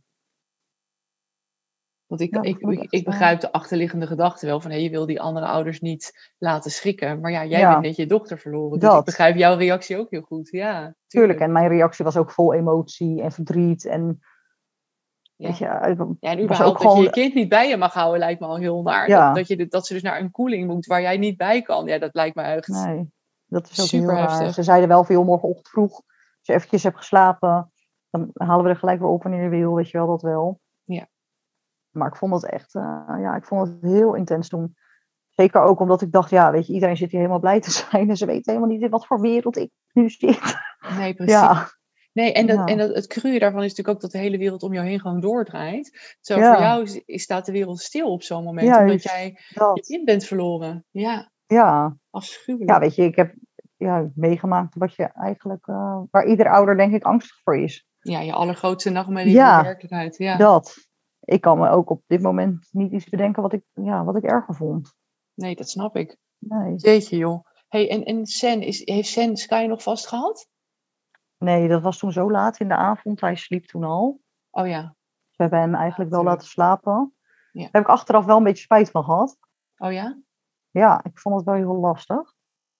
Want ik, ja, ik, ik, ik begrijp de achterliggende gedachte wel van, hé, je wil die andere ouders niet laten schrikken. Maar ja, jij ja. bent net je dochter verloren. Dus dat. Ik begrijp jouw reactie ook heel goed. Ja, tuurlijk. tuurlijk. En mijn reactie was ook vol emotie en verdriet. En, ja. Weet je, ja, en überhaupt was ook ook gewoon... dat je je kind niet bij je mag houden, lijkt me al heel naar. Ja. Dat, dat, je, dat ze dus naar een koeling moet waar jij niet bij kan. Ja, dat lijkt me echt nee, dat is ook super heel heftig. raar. Ze zeiden wel veel morgenochtend vroeg, als je eventjes hebt geslapen, dan halen we er gelijk weer op wanneer je wil, weet je wel, dat wel. Ja. Maar ik vond het echt, uh, ja, ik vond het heel intens toen. Zeker ook omdat ik dacht, ja, weet je, iedereen zit hier helemaal blij te zijn. En ze weten helemaal niet in wat voor wereld ik nu zit. Nee, precies. Ja. Nee, en, dat, en Ja, dat, het cruwe daarvan is natuurlijk ook dat de hele wereld om jou heen gewoon doordraait. Zo voor ja, jou is, is- staat de wereld stil op zo'n moment, omdat juist jij je dat. kind bent verloren. Ja, Ja, ja, afschuwelijk. weet je, ik heb ja, meegemaakt wat je eigenlijk, eh, waar ieder ouder denk ik angstig voor is. Ja, je allergrootste nachtmerrie wordt Ja, werkelijkheid. Ja, dat. Ik kan me ook op dit moment niet iets bedenken wat ik, ja, wat ik erger vond. nee, dat snap ik. Nee. Jeetje joh. Hey, en, en Sen, is, heeft Sen Sky nog vast gehad? Nee, dat was toen zo laat in de avond. Hij sliep toen al. Oh ja, We hebben hem ja, eigenlijk wel natuurlijk. laten slapen. Ja. Daar heb ik achteraf wel een beetje spijt van gehad. Oh ja? Ja, ik vond het wel heel lastig.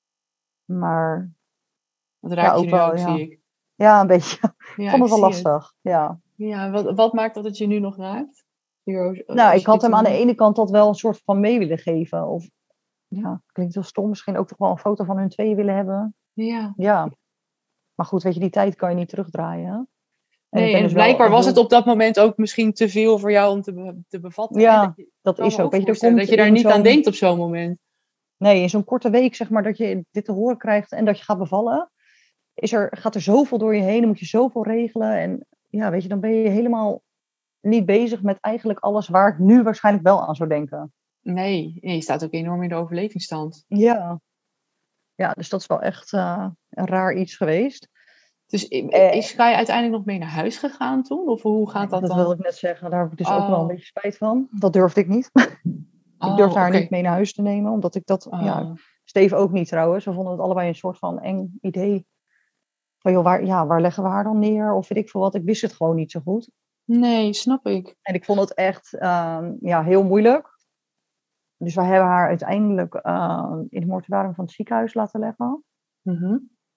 Maar Dat ja, raak je ook nu wel, ook, zie ja. ik. Ja, een beetje. Ik Ja, vond ik het wel zie het. lastig. Ja. Ja, wat, wat maakt dat het je nu nog raakt? Hier, Nou, als ik je had dit hem aan de zo... ene kant dat wel een soort van mee willen geven. Of ja, klinkt heel stom. Misschien ook toch wel een foto van hun tweeën willen hebben. Ja. Ja. Maar goed, weet je, die tijd kan je niet terugdraaien. Hè? En ik Nee, ben en dus wel blijkbaar was het heel. op dat moment ook misschien te veel voor jou om te, be- te bevatten. Hè? Dat Ja, je, ik dat kan me is ook. ook Weet je, er voorstellen dat komt je daar in niet aan zo'n. denkt op zo'n moment. Nee, in zo'n korte week, zeg maar, dat je dit te horen krijgt en dat je gaat bevallen. Is er, gaat er zoveel door je heen, dan moet je zoveel regelen. En ja, weet je, dan ben je helemaal niet bezig met eigenlijk alles waar ik nu waarschijnlijk wel aan zou denken. Nee, nee, je staat ook enorm in de overlevingsstand. Ja, ja, dus dat is wel echt eh, een raar iets geweest. Dus i- Eh, is Sky uiteindelijk nog mee naar huis gegaan toen? Of hoe gaat nee, dat dat wilde dan? ik net zeggen, daar heb ik dus ook wel een Oh, beetje spijt van. Dat durfde ik niet. Ik oh, durfde haar niet oké. mee naar huis te nemen, omdat ik dat, ja, Oh, Steve ook niet trouwens. We vonden het allebei een soort van eng idee. Van joh, waar, ja, waar leggen we haar dan neer? Of weet ik veel wat. Ik wist het gewoon niet zo goed. nee, snap ik. En ik vond het echt ehm, ja, heel moeilijk. Dus wij hebben haar uiteindelijk eh, in het mortuarium van het ziekenhuis laten leggen. Mhm.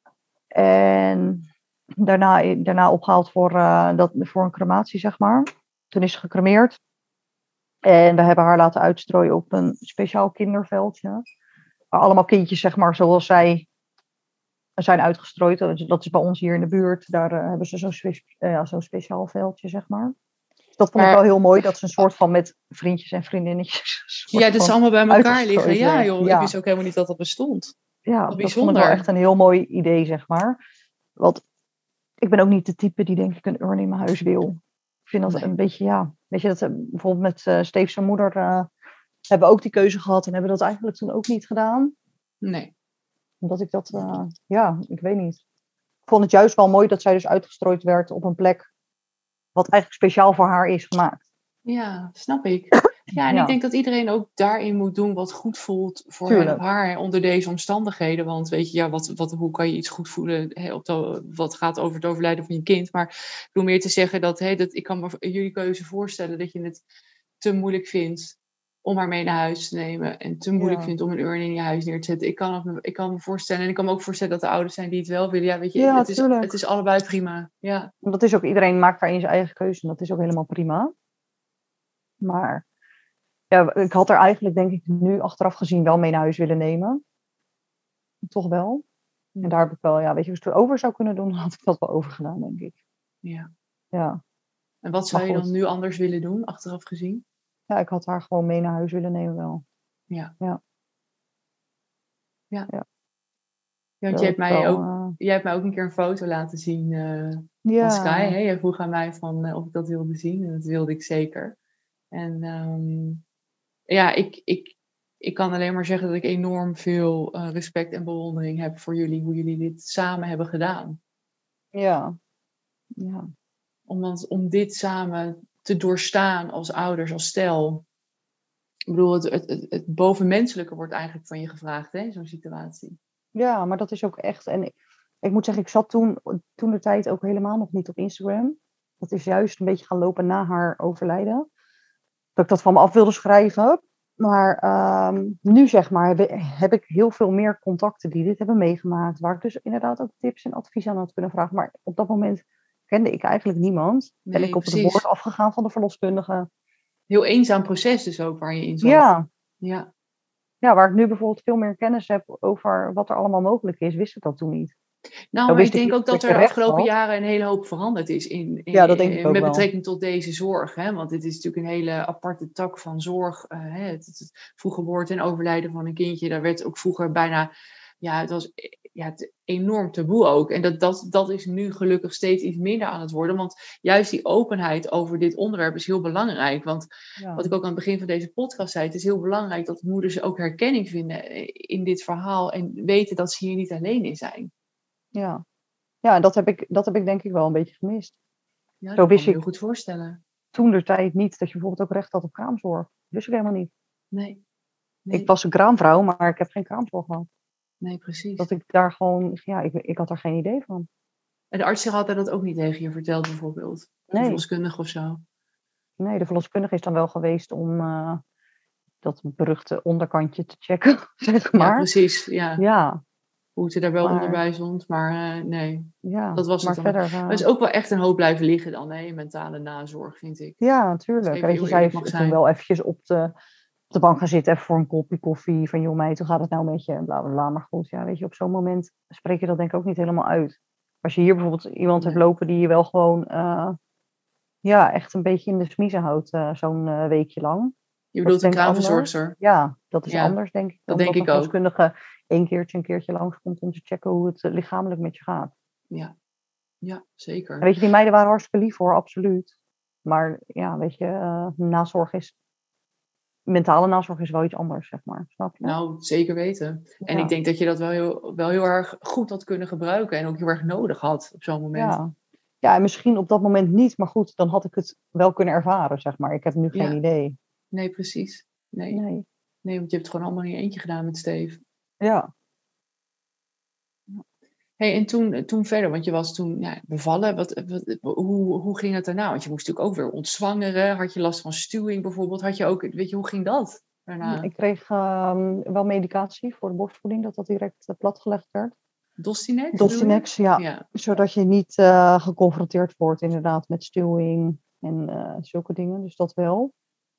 En daarna, daarna opgehaald voor, eh, dat, voor een crematie, zeg maar. Toen is ze gecremeerd. En we hebben haar laten uitstrooien op een speciaal kinderveldje. Waar allemaal kindjes, zeg maar, zoals zij zijn uitgestrooid. Dat is bij ons hier in de buurt. Daar eh, hebben ze zo'n spe- eh, ja, zo'n speciaal veldje, zeg maar. Dat vond ik wel Maar heel mooi, dat ze een soort van met vriendjes en vriendinnetjes een ja, soort dat ze van allemaal bij elkaar liggen. uitgestrooid Ja, werd. joh, ik wist Ja, ook helemaal niet dat dat bestond. ja, Wat dat vond ik wel echt bijzonder. een heel mooi idee, zeg maar. Want ik ben ook niet de type die denk ik een urn in mijn huis wil. Ik vind dat Nee, een beetje, ja, weet je, dat eh, bijvoorbeeld met uh, Steef zijn moeder eh, hebben we ook die keuze gehad en hebben dat eigenlijk toen ook niet gedaan. nee. Omdat ik dat, uh, ja, ik weet niet. Ik vond het juist wel mooi dat zij dus uitgestrooid werd op een plek wat eigenlijk speciaal voor haar is gemaakt. Ja, snap ik. Ja, en ik Ja, denk dat iedereen ook daarin moet doen wat goed voelt voor hen of tuurlijk. haar onder deze omstandigheden. Want weet je, ja, wat, wat, hoe kan je iets goed voelen hè, op de, wat gaat over het overlijden van je kind? Maar ik bedoel meer te zeggen dat, hè, dat ik kan me jullie keuze voorstellen dat je het te moeilijk vindt om haar mee naar huis te nemen. En te moeilijk Ja. vindt om een urn in je huis neer te zetten. Ik kan, het me, ik kan me voorstellen, en ik kan me ook voorstellen dat er ouders zijn die het wel willen. Ja, weet je, Ja, het is, het tuurlijk. is allebei prima. Ja, Dat is ook, iedereen maakt daarin zijn eigen keuze en dat is ook helemaal prima. Maar ja, ik had er eigenlijk denk ik nu achteraf gezien wel mee naar huis willen nemen. Toch wel. En daar heb ik wel, ja, weet je, als ik het over zou kunnen doen, had ik dat wel over gedaan, denk ik. ja. Ja, En wat maar zou je dan goed. nu anders willen doen, achteraf gezien? Ja, ik had haar gewoon mee naar huis willen nemen wel. Ja. Ja. Ja. Ja. Ja, want Dat jij heb hebt, ik mij wel, ook, uh, jij hebt mij ook een keer een foto laten zien eh, van Sky. ja, Hè? Jij vroeg aan mij van, eh, of ik dat wilde zien. En dat wilde ik zeker. En ehm, ja, ik, ik, ik kan alleen maar zeggen dat ik enorm veel eh, respect en bewondering heb voor jullie. Hoe jullie dit samen hebben gedaan. ja, ja. Om, want, om dit samen te doorstaan als ouders, als stel. Ik bedoel, het, het, het, het bovenmenselijke wordt eigenlijk van je gevraagd, hè, in zo'n situatie. Ja, maar dat is ook echt. En ik, ik moet zeggen, ik zat toen, toen de tijd ook helemaal nog niet op Instagram. Dat is juist een beetje gaan lopen na haar overlijden. Dat ik dat van me af wilde schrijven. Maar ehm, nu zeg maar heb, heb ik heel veel meer contacten die dit hebben meegemaakt. Waar ik dus inderdaad ook tips en advies aan had kunnen vragen. Maar op dat moment kende ik eigenlijk niemand. Ben ik Nee, op het woord precies. afgegaan van de verloskundige. Heel eenzaam proces dus ook waar je in zat. Ja, Ja, ja, waar ik nu bijvoorbeeld veel meer kennis heb over wat er allemaal mogelijk is, wist ik dat toen niet. nou, Zo maar ik wist ik denk niet ook dat dat ik er de terecht afgelopen had. jaren een hele hoop veranderd is in, in, Ja, dat denk ik in- ook met wel. betrekking tot deze zorg. Hè? Want dit is natuurlijk een hele aparte tak van zorg. eh, hè? Het, het, het vroege geboorte en overlijden van een kindje, daar werd ook vroeger bijna, ja, het was ja, te- enorm taboe ook. En dat, dat, dat is nu gelukkig steeds iets minder aan het worden. Want juist die openheid over dit onderwerp is heel belangrijk. Want Ja, wat ik ook aan het begin van deze podcast zei, het is heel belangrijk dat moeders ook herkenning vinden in dit verhaal. En weten dat ze hier niet alleen in zijn. ja. Ja, dat heb ik, dat heb ik denk ik wel een beetje gemist. Ja, Zo dat kan wist me heel ik goed voorstellen. toen de tijd niet dat je bijvoorbeeld ook recht had op kraamzorg. Dat wist ik helemaal niet. Nee, nee, Ik was een kraamvrouw, maar ik heb geen kraamzorg gehad. nee, precies. Dat ik daar gewoon, ja, ik, ik had er geen idee van. En de artsen hadden dat ook niet tegen je verteld bijvoorbeeld? De Nee, verloskundige of zo? nee, de verloskundige is dan wel geweest om eh, dat beruchte onderkantje te checken, zeg Ja, maar. precies. Ja, Ja, hoe het er wel maar, onderbij stond. Maar eh, nee, ja, dat was het maar dan. verder, Maar eh, het is ook wel echt een hoop blijven liggen dan, hè, in mentale nazorg, vind ik. ja, Als ik natuurlijk. En even weet je, heel zij eerlijk mag is toen zijn. wel eventjes op de, op de bank gaan zitten, even voor een kopje koffie, van joh meid, hoe gaat het nou met je? En bla bla bla. Maar goed, ja, weet je, op zo'n moment spreek je dat denk ik ook niet helemaal uit. Als je hier bijvoorbeeld iemand hebt Nee. lopen die je wel gewoon, eh, ja, echt een beetje in de smiezen houdt, eh, zo'n eh, weekje lang. Je Dat is bedoelt een denk ik anders. kraamverzorgster? Ja, dat is Ja, anders denk ik dat dan denk dat een ik ook. verloskundige één keertje, een keertje langskomt om te checken hoe het eh, lichamelijk met je gaat. Ja, ja, En zeker. weet je, die meiden waren hartstikke lief hoor, absoluut. Maar ja, weet je, eh, nazorg is, mentale nazorg is wel iets anders, zeg maar. Snap je? Nou, zeker weten. En ik Ja, denk dat je dat wel heel, wel heel erg goed had kunnen gebruiken. En ook heel erg nodig had op zo'n moment. ja. Ja, en misschien op dat moment niet, maar goed, dan had ik het wel kunnen ervaren, zeg maar. Ik heb nu geen Ja, idee. nee, precies. Nee, Nee. nee, want je hebt het gewoon allemaal in je eentje gedaan met Steve. Ja. Hey, en toen, toen verder, want je was toen ja, bevallen. Wat, wat, hoe, hoe ging het daarna? Want je moest natuurlijk ook weer ontzwangeren. Had je last van stuwing bijvoorbeeld? Had je ook, weet je, hoe ging dat daarna? Ik kreeg ehm, wel medicatie voor de borstvoeding, dat dat direct uh, platgelegd werd. Dostinex bedoel je? Dostinex, ja. Ja, Zodat je niet uh, geconfronteerd wordt inderdaad met stuwing en uh, zulke dingen. Dus dat wel.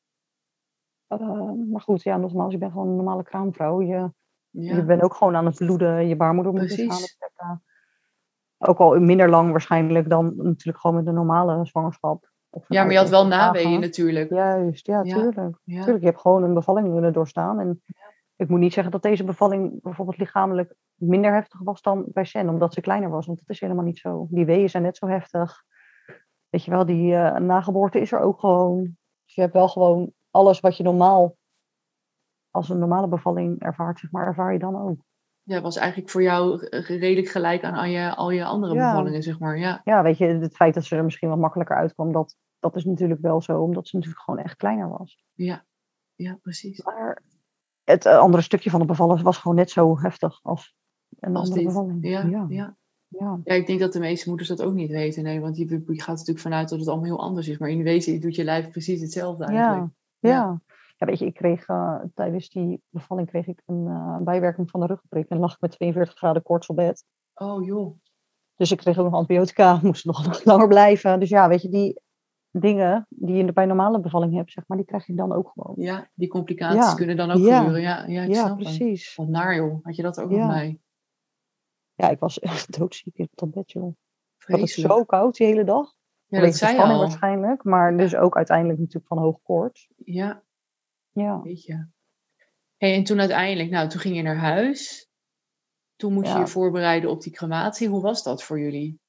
Uh, maar goed, ja, nogmaals, je bent gewoon een normale kraamvrouw. Je, je ja, bent ook gewoon aan het bloeden. Je baarmoeder moet dus aan het precies. trekken. Ook al minder lang waarschijnlijk dan natuurlijk gewoon met een normale zwangerschap. Of een Ja, maar je had wel uitleefdagen. naweeën natuurlijk. Juist, ja, Ja, tuurlijk. ja, Tuurlijk, je hebt gewoon een bevalling kunnen doorstaan. En ik moet niet zeggen dat deze bevalling bijvoorbeeld lichamelijk minder heftig was dan bij Sen, omdat ze kleiner was. Want dat is helemaal niet zo. Die weeën zijn net zo heftig. Weet je wel, die uh, nageboorte is er ook gewoon. Dus je hebt wel gewoon alles wat je normaal als een normale bevalling ervaart, zeg maar, ervaar je dan ook. ja, het was eigenlijk voor jou redelijk gelijk aan al je, al je andere Ja. bevallingen, zeg maar. Ja, Ja, weet je, het feit dat ze er misschien wat makkelijker uitkwam, dat, dat is natuurlijk wel zo, omdat ze natuurlijk gewoon echt kleiner was. ja, ja, precies. Maar het uh, andere stukje van de bevallen was gewoon net zo heftig als een Als andere dit. bevalling. Ja, Ja. ja. Ja. Ja, ik denk dat de meeste moeders dat ook niet weten. Nee, want je, je gaat er natuurlijk vanuit dat het allemaal heel anders is. Maar in wezen doet je lijf precies hetzelfde eigenlijk. Ja, ja. Ja, weet je, ik kreeg uh, tijdens die bevalling kreeg ik een uh, bijwerking van de ruggenprik en lag ik met tweeënveertig graden koorts op bed. Oh joh. Dus ik kreeg ook nog antibiotica, moest nog, nog langer blijven. Dus ja, weet je, die dingen die je bij normale bevalling hebt, zeg maar, die krijg je dan ook gewoon. Ja, die complicaties Ja. kunnen dan ook Ja. gebeuren. Ja, ja ik Ja, snap precies. het. Wat naar joh, had je dat ook Ja. nog bij? Ja, ik was echt doodziek in dat bed, joh. Ik had het Vreselijk. zo koud die hele dag. Ja, Vanwege dat de zei je spanning al. waarschijnlijk, maar Ja. dus ook uiteindelijk natuurlijk van hoge koorts. Ja, Ja. weet je. Hey, en toen uiteindelijk, nou, toen ging je naar huis. Toen moest je Ja. je voorbereiden op die crematie. Hoe was dat voor jullie?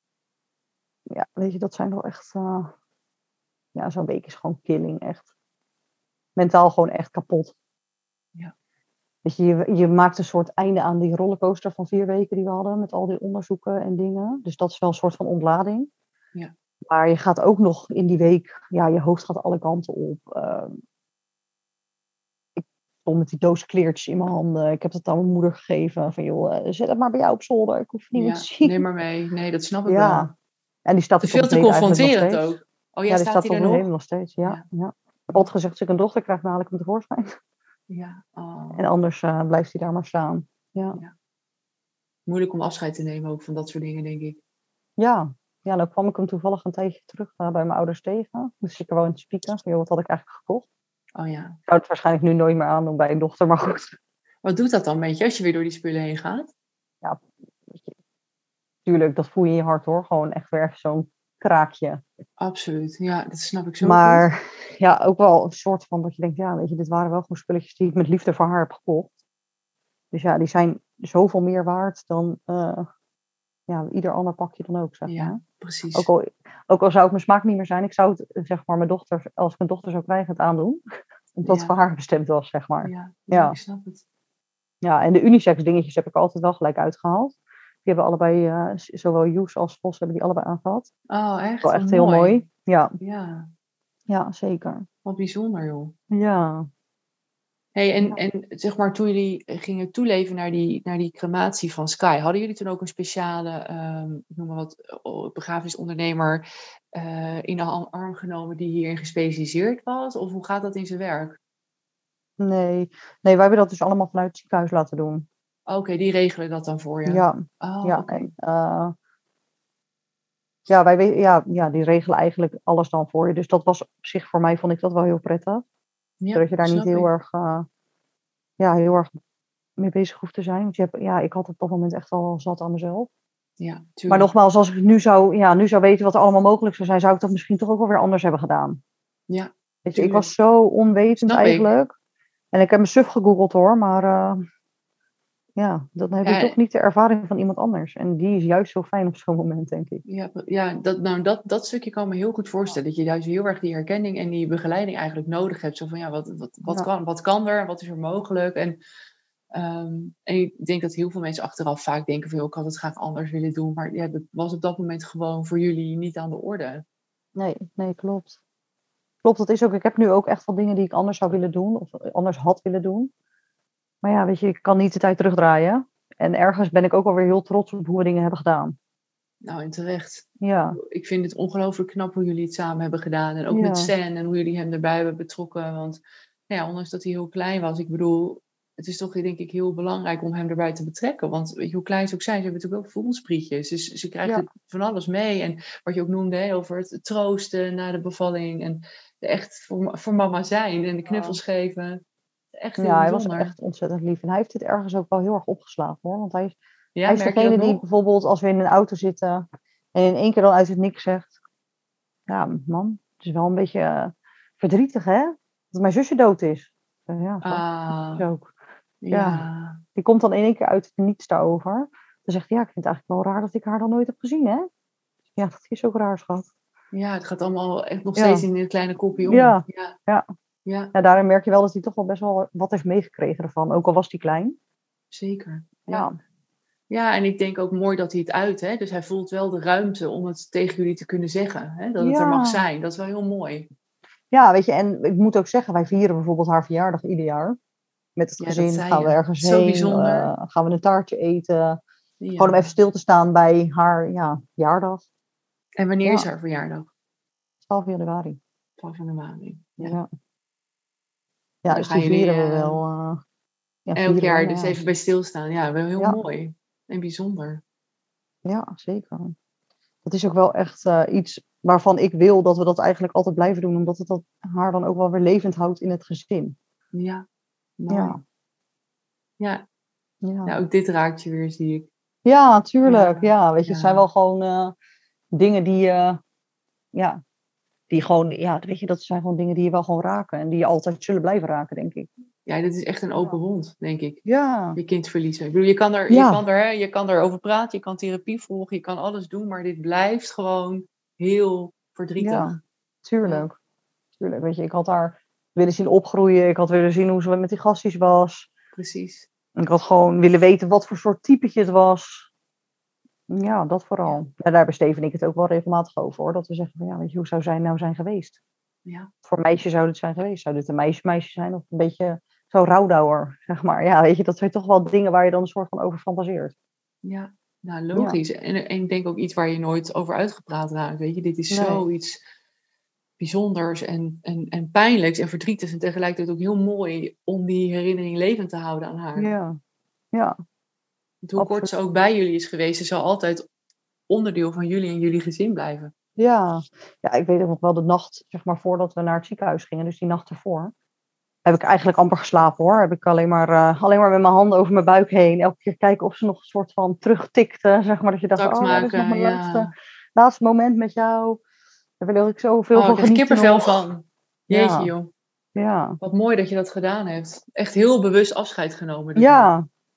Ja, weet je, dat zijn wel echt... Uh... Ja, zo'n week is gewoon killing, echt. Mentaal gewoon echt kapot. Ja. Weet je, je, je maakt een soort einde aan die rollercoaster van vier weken die we hadden, met al die onderzoeken en dingen. Dus dat is wel een soort van ontlading. Ja. Maar je gaat ook nog in die week, ja, je hoofd gaat alle kanten op. Uh, ik stond met die doos kleertjes in mijn handen. Ik heb dat aan mijn moeder gegeven. Van joh, uh, zet het maar bij jou op zolder. Ik hoef niet meer Ja, te zien. neem maar mee. Nee, dat snap ik Ja. wel. En die staat Het er is tot veel te heden eigenlijk nog confronterend steeds. ook. Oh ja, Ja, die staat staat hij tot er nu nog? heden nog steeds. Ja, Ja. ja. Ik heb altijd gezegd, als ik een dochter krijg, dan haal ik hem tevoorschijn. Ja. Oh. En anders uh, blijft hij daar maar staan. Ja. Ja. Moeilijk om afscheid te nemen ook van dat soort dingen, denk ik. Ja, ja, dan kwam ik hem toevallig een tijdje terug uh, bij mijn ouders tegen. Dus ik er wel in te spieken. Van, joh, wat had ik eigenlijk gekocht? Oh ja. Ik zou het waarschijnlijk nu nooit meer aandoen bij een dochter, maar goed. Wat doet dat dan met je als je weer door die spullen heen gaat? Ja, weet je, tuurlijk, dat voel je in je hart hoor. Gewoon echt weer even zo'n kraakje. Absoluut, ja, dat snap ik zo maar goed. Ja, ook wel een soort van dat je denkt, ja, weet je, dit waren wel gewoon spulletjes die ik met liefde voor haar heb gekocht. Dus ja, die zijn zoveel meer waard dan uh, ja, ieder ander pakje dan ook, zeg ja, maar. Precies. Ook al, ook al zou het mijn smaak niet meer zijn, ik zou het, zeg maar, mijn dochter, als ik een dochter zou krijgen, het aandoen. Omdat het Ja. voor haar bestemd was, zeg maar. Ja, Ja. ja, ik snap het. Ja, en de unisex dingetjes heb ik er altijd wel gelijk uitgehaald. Die hebben allebei, uh, zowel Joes als Vos hebben die allebei aangehad. Oh, echt? Wel echt Wat heel mooi. mooi. Ja. Ja, Ja, zeker. wat bijzonder, joh. Ja. Hey, en, Ja. en zeg maar, toen jullie gingen toeleven naar die, naar die crematie van Sky, hadden jullie toen ook een speciale, um, ik noem maar wat, begrafenisondernemer uh, in de arm genomen die hierin gespecialiseerd was? Of hoe gaat dat in zijn werk? Nee. nee, wij hebben dat dus allemaal vanuit het ziekenhuis laten doen. Oké, okay, die regelen dat dan voor je? Ja. Oh, ja, okay. en, uh, ja, wij, ja, ja, die regelen eigenlijk alles dan voor je. Dus dat was op zich voor mij, vond ik dat wel heel prettig. Ja, zodat je daar niet heel ik. erg, uh, ja, heel erg mee bezig hoeft te zijn. Want je hebt, ja, ik had op dat moment echt al zat aan mezelf. Ja, tuurlijk. Maar nogmaals, als ik nu zou, ja, nu zou weten wat er allemaal mogelijk zou zijn, zou ik dat misschien toch ook wel weer anders hebben gedaan. Ja, Weet je, ik was zo onwetend Snap eigenlijk. Ik. En ik heb me suf gegoogeld hoor, maar uh, ja, dan heb je ja, toch niet de ervaring van iemand anders. En die is juist zo fijn op zo'n moment, denk ik. Ja, ja dat, nou, dat, dat stukje kan me heel goed voorstellen. Dat je juist heel erg die herkenning en die begeleiding eigenlijk nodig hebt. Zo van, ja, wat, wat, wat, ja. kan, wat kan er? Wat is er mogelijk? En, um, en ik denk dat heel veel mensen achteraf vaak denken van, ik had het graag anders willen doen. Maar ja, dat was op dat moment gewoon voor jullie niet aan de orde. Nee, nee, klopt. Klopt, dat is ook. Ik heb nu ook echt wel dingen die ik anders zou willen doen. Of anders had willen doen. Maar ja, weet je, ik kan niet de tijd terugdraaien. En ergens ben ik ook alweer heel trots op hoe we dingen hebben gedaan. Nou, en terecht. Ja. Ik vind het ongelooflijk knap hoe jullie het samen hebben gedaan. En ook ja. met Sen en hoe jullie hem erbij hebben betrokken. Want ja, ondanks dat hij heel klein was. Ik bedoel, het is toch denk ik heel belangrijk om hem erbij te betrekken. Want weet je, hoe klein ze ook zijn, ze hebben natuurlijk ook voelsprietjes. Dus ze krijgen ja. van alles mee. En wat je ook noemde, hè, over het troosten na de bevalling. En echt voor, voor mama zijn en de knuffels ja. geven. Echt heel ja, hij bijzonder. was echt ontzettend lief. En hij heeft dit ergens ook wel heel erg opgeslagen hoor. Want hij is, ja, hij is degene die bijvoorbeeld als we in een auto zitten en in één keer dan uit het niks zegt. Ja, man, het is wel een beetje uh, verdrietig hè. Dat mijn zusje dood is. Uh, ja, ah, dat is ook. Ja. ja. Die komt dan in één keer uit het niets daarover. Dan zegt hij, ja, ik vind het eigenlijk wel raar dat ik haar dan nooit heb gezien hè. Ja, dat is ook raar schat. Ja, het gaat allemaal echt nog ja. steeds in dit kleine kopje om. Ja, ja. ja. Ja. ja, daarin merk je wel dat hij toch wel best wel wat heeft meegekregen ervan. Ook al was hij klein. Zeker. Ja. Ja. Ja, en ik denk ook mooi dat hij het uit. Hè? Dus hij voelt wel de ruimte om het tegen jullie te kunnen zeggen. Hè? Dat het ja. er mag zijn. Dat is wel heel mooi. Ja, weet je. En ik moet ook zeggen, wij vieren bijvoorbeeld haar verjaardag ieder jaar. Met het ja, gezin gaan je. we ergens Zo heen. bijzonder. Uh, gaan we een taartje eten. Ja. Gewoon om even stil te staan bij haar ja, verjaardag. En wanneer ja. is haar verjaardag? twaalf januari. twaalf januari. Ja. Ja. Ja, dus die vieren we wel. Uh, ja, elk jaar, we, dus ja. even bij stilstaan. Ja, wel heel ja. mooi. En bijzonder. Ja, zeker. Dat is ook wel echt uh, iets waarvan ik wil dat we dat eigenlijk altijd blijven doen. Omdat het dat haar dan ook wel weer levend houdt in het gezin. Ja, mooi. Ja. Ja. Ja. ja, ook dit raakt je weer, zie ik. Ja, tuurlijk. Ja, ja weet je, ja. het zijn wel gewoon uh, dingen die... Uh, ja, die gewoon... Ja, weet je, dat zijn gewoon dingen die je wel gewoon raken. En die je altijd zullen blijven raken, denk ik. Ja, dit is echt een open wond, denk ik. Ja. Je kind verliezen. Ik bedoel, je kan er, ja. je kan er, hè, je kan erover praten, je kan therapie volgen, je kan alles doen, maar dit blijft gewoon heel verdrietig. Ja, tuurlijk. Ja. Tuurlijk, weet je, ik had haar willen zien opgroeien, ik had willen zien hoe ze met die gasties was. Precies. Ik had gewoon willen weten wat voor soort typetje het was. Ja, dat vooral. Ja. En daar hebben Steven en ik het ook wel regelmatig over, hoor. Dat we zeggen van, ja, weet je, hoe zou zij nou zijn geweest? Ja. Voor een meisje zou dit zijn geweest. Zou dit een meisje meisje zijn of een beetje zo rouwdouwer, zeg maar. Ja, weet je, dat zijn toch wel dingen waar je dan een soort van over fantaseert. Ja, nou logisch. Ja. En, en ik denk ook iets waar je nooit over uitgepraat raakt, weet je. Dit is nee. zoiets bijzonders en, en, en pijnlijks en verdrietigs en tegelijkertijd ook heel mooi om die herinnering levend te houden aan haar. Ja, ja. Hoe Absoluut. Kort ze ook bij jullie is geweest, ze zal altijd onderdeel van jullie en jullie gezin blijven. Ja, ja, ik weet ook nog wel de nacht, zeg maar, voordat we naar het ziekenhuis gingen, dus die nacht ervoor, heb ik eigenlijk amper geslapen, hoor. Heb ik alleen maar, uh, alleen maar met mijn handen over mijn buik heen, elke keer kijken of ze nog een soort van terugtikte, zeg maar, dat je dacht, Contact oh, maken, dat is nog mijn ja. laatste, laatste moment met jou. Daar wil ik zoveel oh, van genieten. Ik heb kippenvel nog. van. Jeetje, ja. joh. Ja. Wat mooi dat je dat gedaan hebt. Echt heel bewust afscheid genomen. Ja.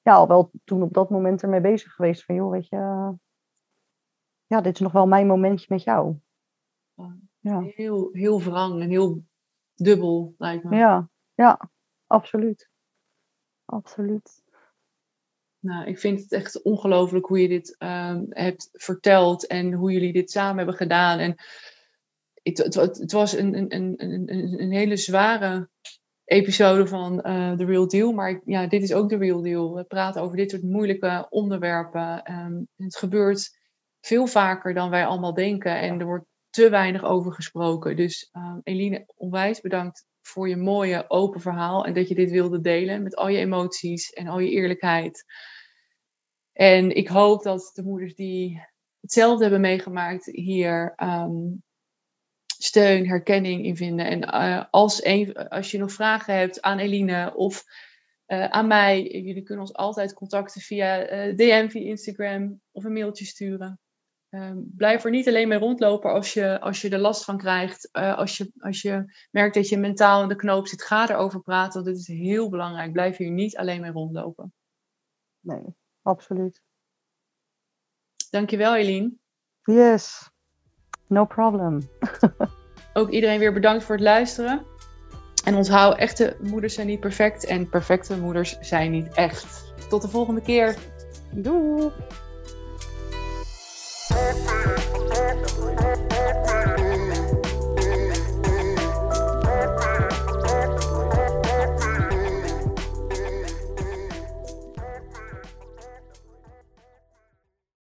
ja, al wel toen op dat moment ermee bezig geweest. Van joh, weet je, uh, ja, dit is nog wel mijn momentje met jou. Ja. Heel, heel wrang en heel dubbel, lijkt me. Ja, ja, absoluut. Absoluut. Nou, ik vind het echt ongelooflijk hoe je dit um, hebt verteld en hoe jullie dit samen hebben gedaan. En het, het, het was een, een, een, een, een hele zware episode van uh, The Real Deal. Maar ja, dit is ook The Real Deal. We praten over dit soort moeilijke onderwerpen. Um, het gebeurt veel vaker dan wij allemaal denken. En er wordt te weinig over gesproken. Dus um, Eline, onwijs bedankt voor je mooie open verhaal. En dat je dit wilde delen met al je emoties en al je eerlijkheid. En ik hoop dat de moeders die hetzelfde hebben meegemaakt hier um, steun, herkenning in vinden. En uh, als, een, als je nog vragen hebt aan Eline of uh, aan mij, jullie kunnen ons altijd contacten via uh, D M, via Instagram of een mailtje sturen. Um, blijf er niet alleen mee rondlopen als je, als je er last van krijgt. Uh, als, je, als je merkt dat je mentaal in de knoop zit, ga erover praten. Want dit is heel belangrijk. Blijf hier niet alleen mee rondlopen. Nee, absoluut. Dankjewel, Eline. Yes, no problem. Ook iedereen weer bedankt voor het luisteren. En onthoud, echte moeders zijn niet perfect en perfecte moeders zijn niet echt. Tot de volgende keer. Doei.